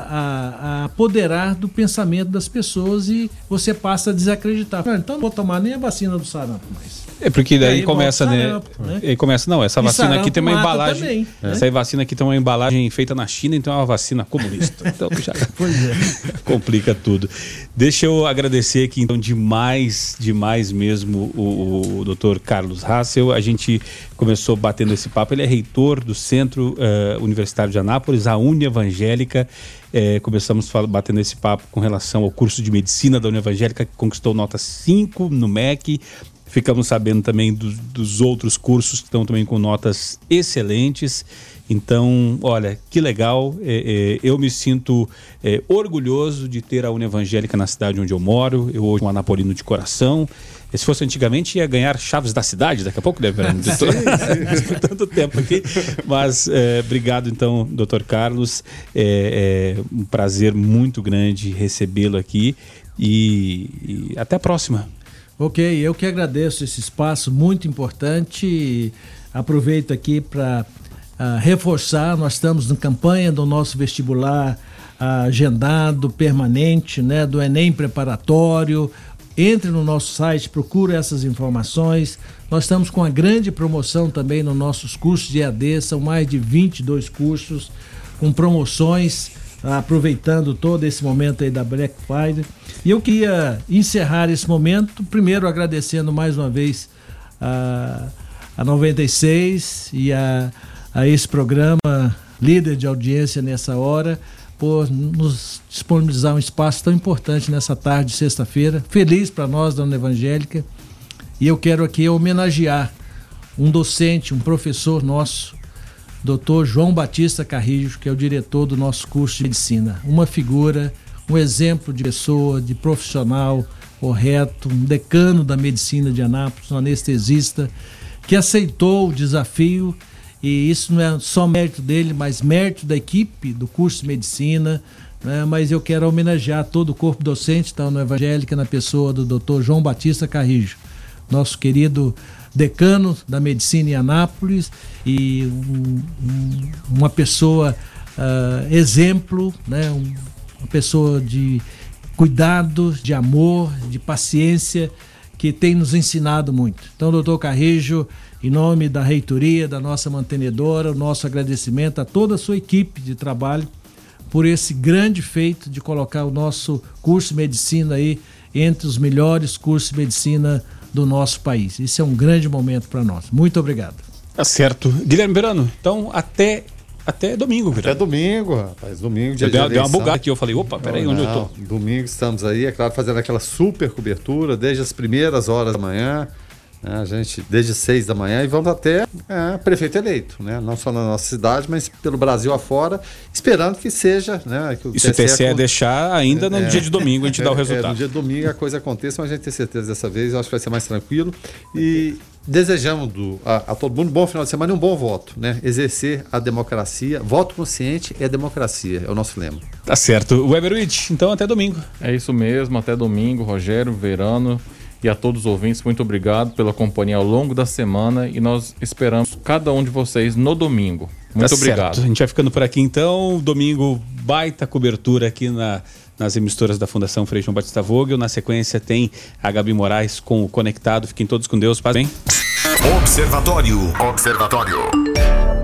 a, a apoderar do pensamento das pessoas e você passa a desacreditar. Então não vou tomar nem a vacina do sarampo mais. É porque daí começa, né? né? Aí começa, não, essa E vacina aqui tem uma embalagem. Também, né? Essa vacina aqui tem uma embalagem feita na China, então é uma vacina comunista. Então já pois é. complica tudo. Deixa eu agradecer aqui, então, demais, demais mesmo o, o doutor Carlos Hassel. A gente começou batendo esse papo. Ele é reitor do Centro uh, Universitário de Anápolis, a Uni Evangélica. É, começamos fal- batendo esse papo com relação ao curso de medicina da Uni Evangélica, que conquistou nota cinco no M E C. ficamos sabendo também do, dos outros cursos que estão também com notas excelentes. Então, olha, que legal, é, é, eu me sinto é, orgulhoso de ter a União Evangélica na cidade onde eu moro. Eu hoje sou um anapolino de coração. E se fosse antigamente, ia ganhar chaves da cidade, daqui a pouco, né, Verano? De to... tanto tempo aqui. Mas é, obrigado, então, doutor Carlos. É, é um prazer muito grande recebê-lo aqui e, e até a próxima. Ok, eu que agradeço esse espaço muito importante. Aproveito aqui para uh, reforçar, nós estamos na campanha do nosso vestibular uh, agendado, permanente, né, do Enem preparatório. Entre no nosso site, procure essas informações. Nós estamos com uma grande promoção também nos nossos cursos de E A D, são mais de vinte e dois cursos com promoções, aproveitando todo esse momento aí da Black Friday. E eu queria encerrar esse momento, primeiro agradecendo mais uma vez a, a noventa e seis e a, a esse programa líder de audiência nessa hora, por nos disponibilizar um espaço tão importante nessa tarde de sexta-feira. Feliz para nós da União Evangélica. E eu quero aqui homenagear um docente, um professor nosso, doutor João Batista Carrijo, que é o diretor do nosso curso de medicina. Uma figura, um exemplo de pessoa, de profissional correto, um decano da medicina de Anápolis, um anestesista, que aceitou o desafio. E isso não é só mérito dele, mas mérito da equipe do curso de medicina, né? Mas eu quero homenagear todo o corpo docente da União Evangélica na pessoa do doutor João Batista Carrijo, nosso querido decano da medicina em Anápolis e um, um, uma pessoa uh, exemplo, né? Um, uma pessoa de cuidado, de amor, de paciência, que tem nos ensinado muito. Então, doutor Carrijo, em nome da reitoria, da nossa mantenedora, o nosso agradecimento a toda a sua equipe de trabalho por esse grande feito de colocar o nosso curso de medicina aí entre os melhores cursos de medicina do nosso país. Isso é um grande momento para nós. Muito obrigado. Tá certo. Guilherme Verano, então até, até domingo, Verano. Até domingo, rapaz. Domingo, dia eu de dei uma bugada aqui, eu falei, opa, peraí, onde eu tô? Domingo estamos aí, é claro, fazendo aquela super cobertura desde as primeiras horas da manhã. A gente, desde seis da manhã, e vamos até é, prefeito eleito, né? Não só na nossa cidade, mas pelo Brasil afora, esperando que seja, né? Que o e se o T C E deixar, ainda no é, dia de domingo a gente é, dá o resultado. É, no dia de domingo a coisa aconteça, mas a gente tem certeza dessa vez, eu acho que vai ser mais tranquilo. E desejamos do, a, a todo mundo um bom final de semana e um bom voto, né? Exercer a democracia, voto consciente é democracia, é o nosso lema. Tá certo. Weber Witt, então até domingo. É isso mesmo, até domingo, Rogério, Verano. E a todos os ouvintes, muito obrigado pela companhia ao longo da semana e nós esperamos cada um de vocês no domingo. Muito tá obrigado. Certo. A gente vai ficando por aqui então. Domingo, baita cobertura aqui na, nas emissoras da Fundação Frei João Batista Vogel. Na sequência tem a Gabi Moraes com o Conectado. Fiquem todos com Deus. Paz bem. Observatório. Observatório.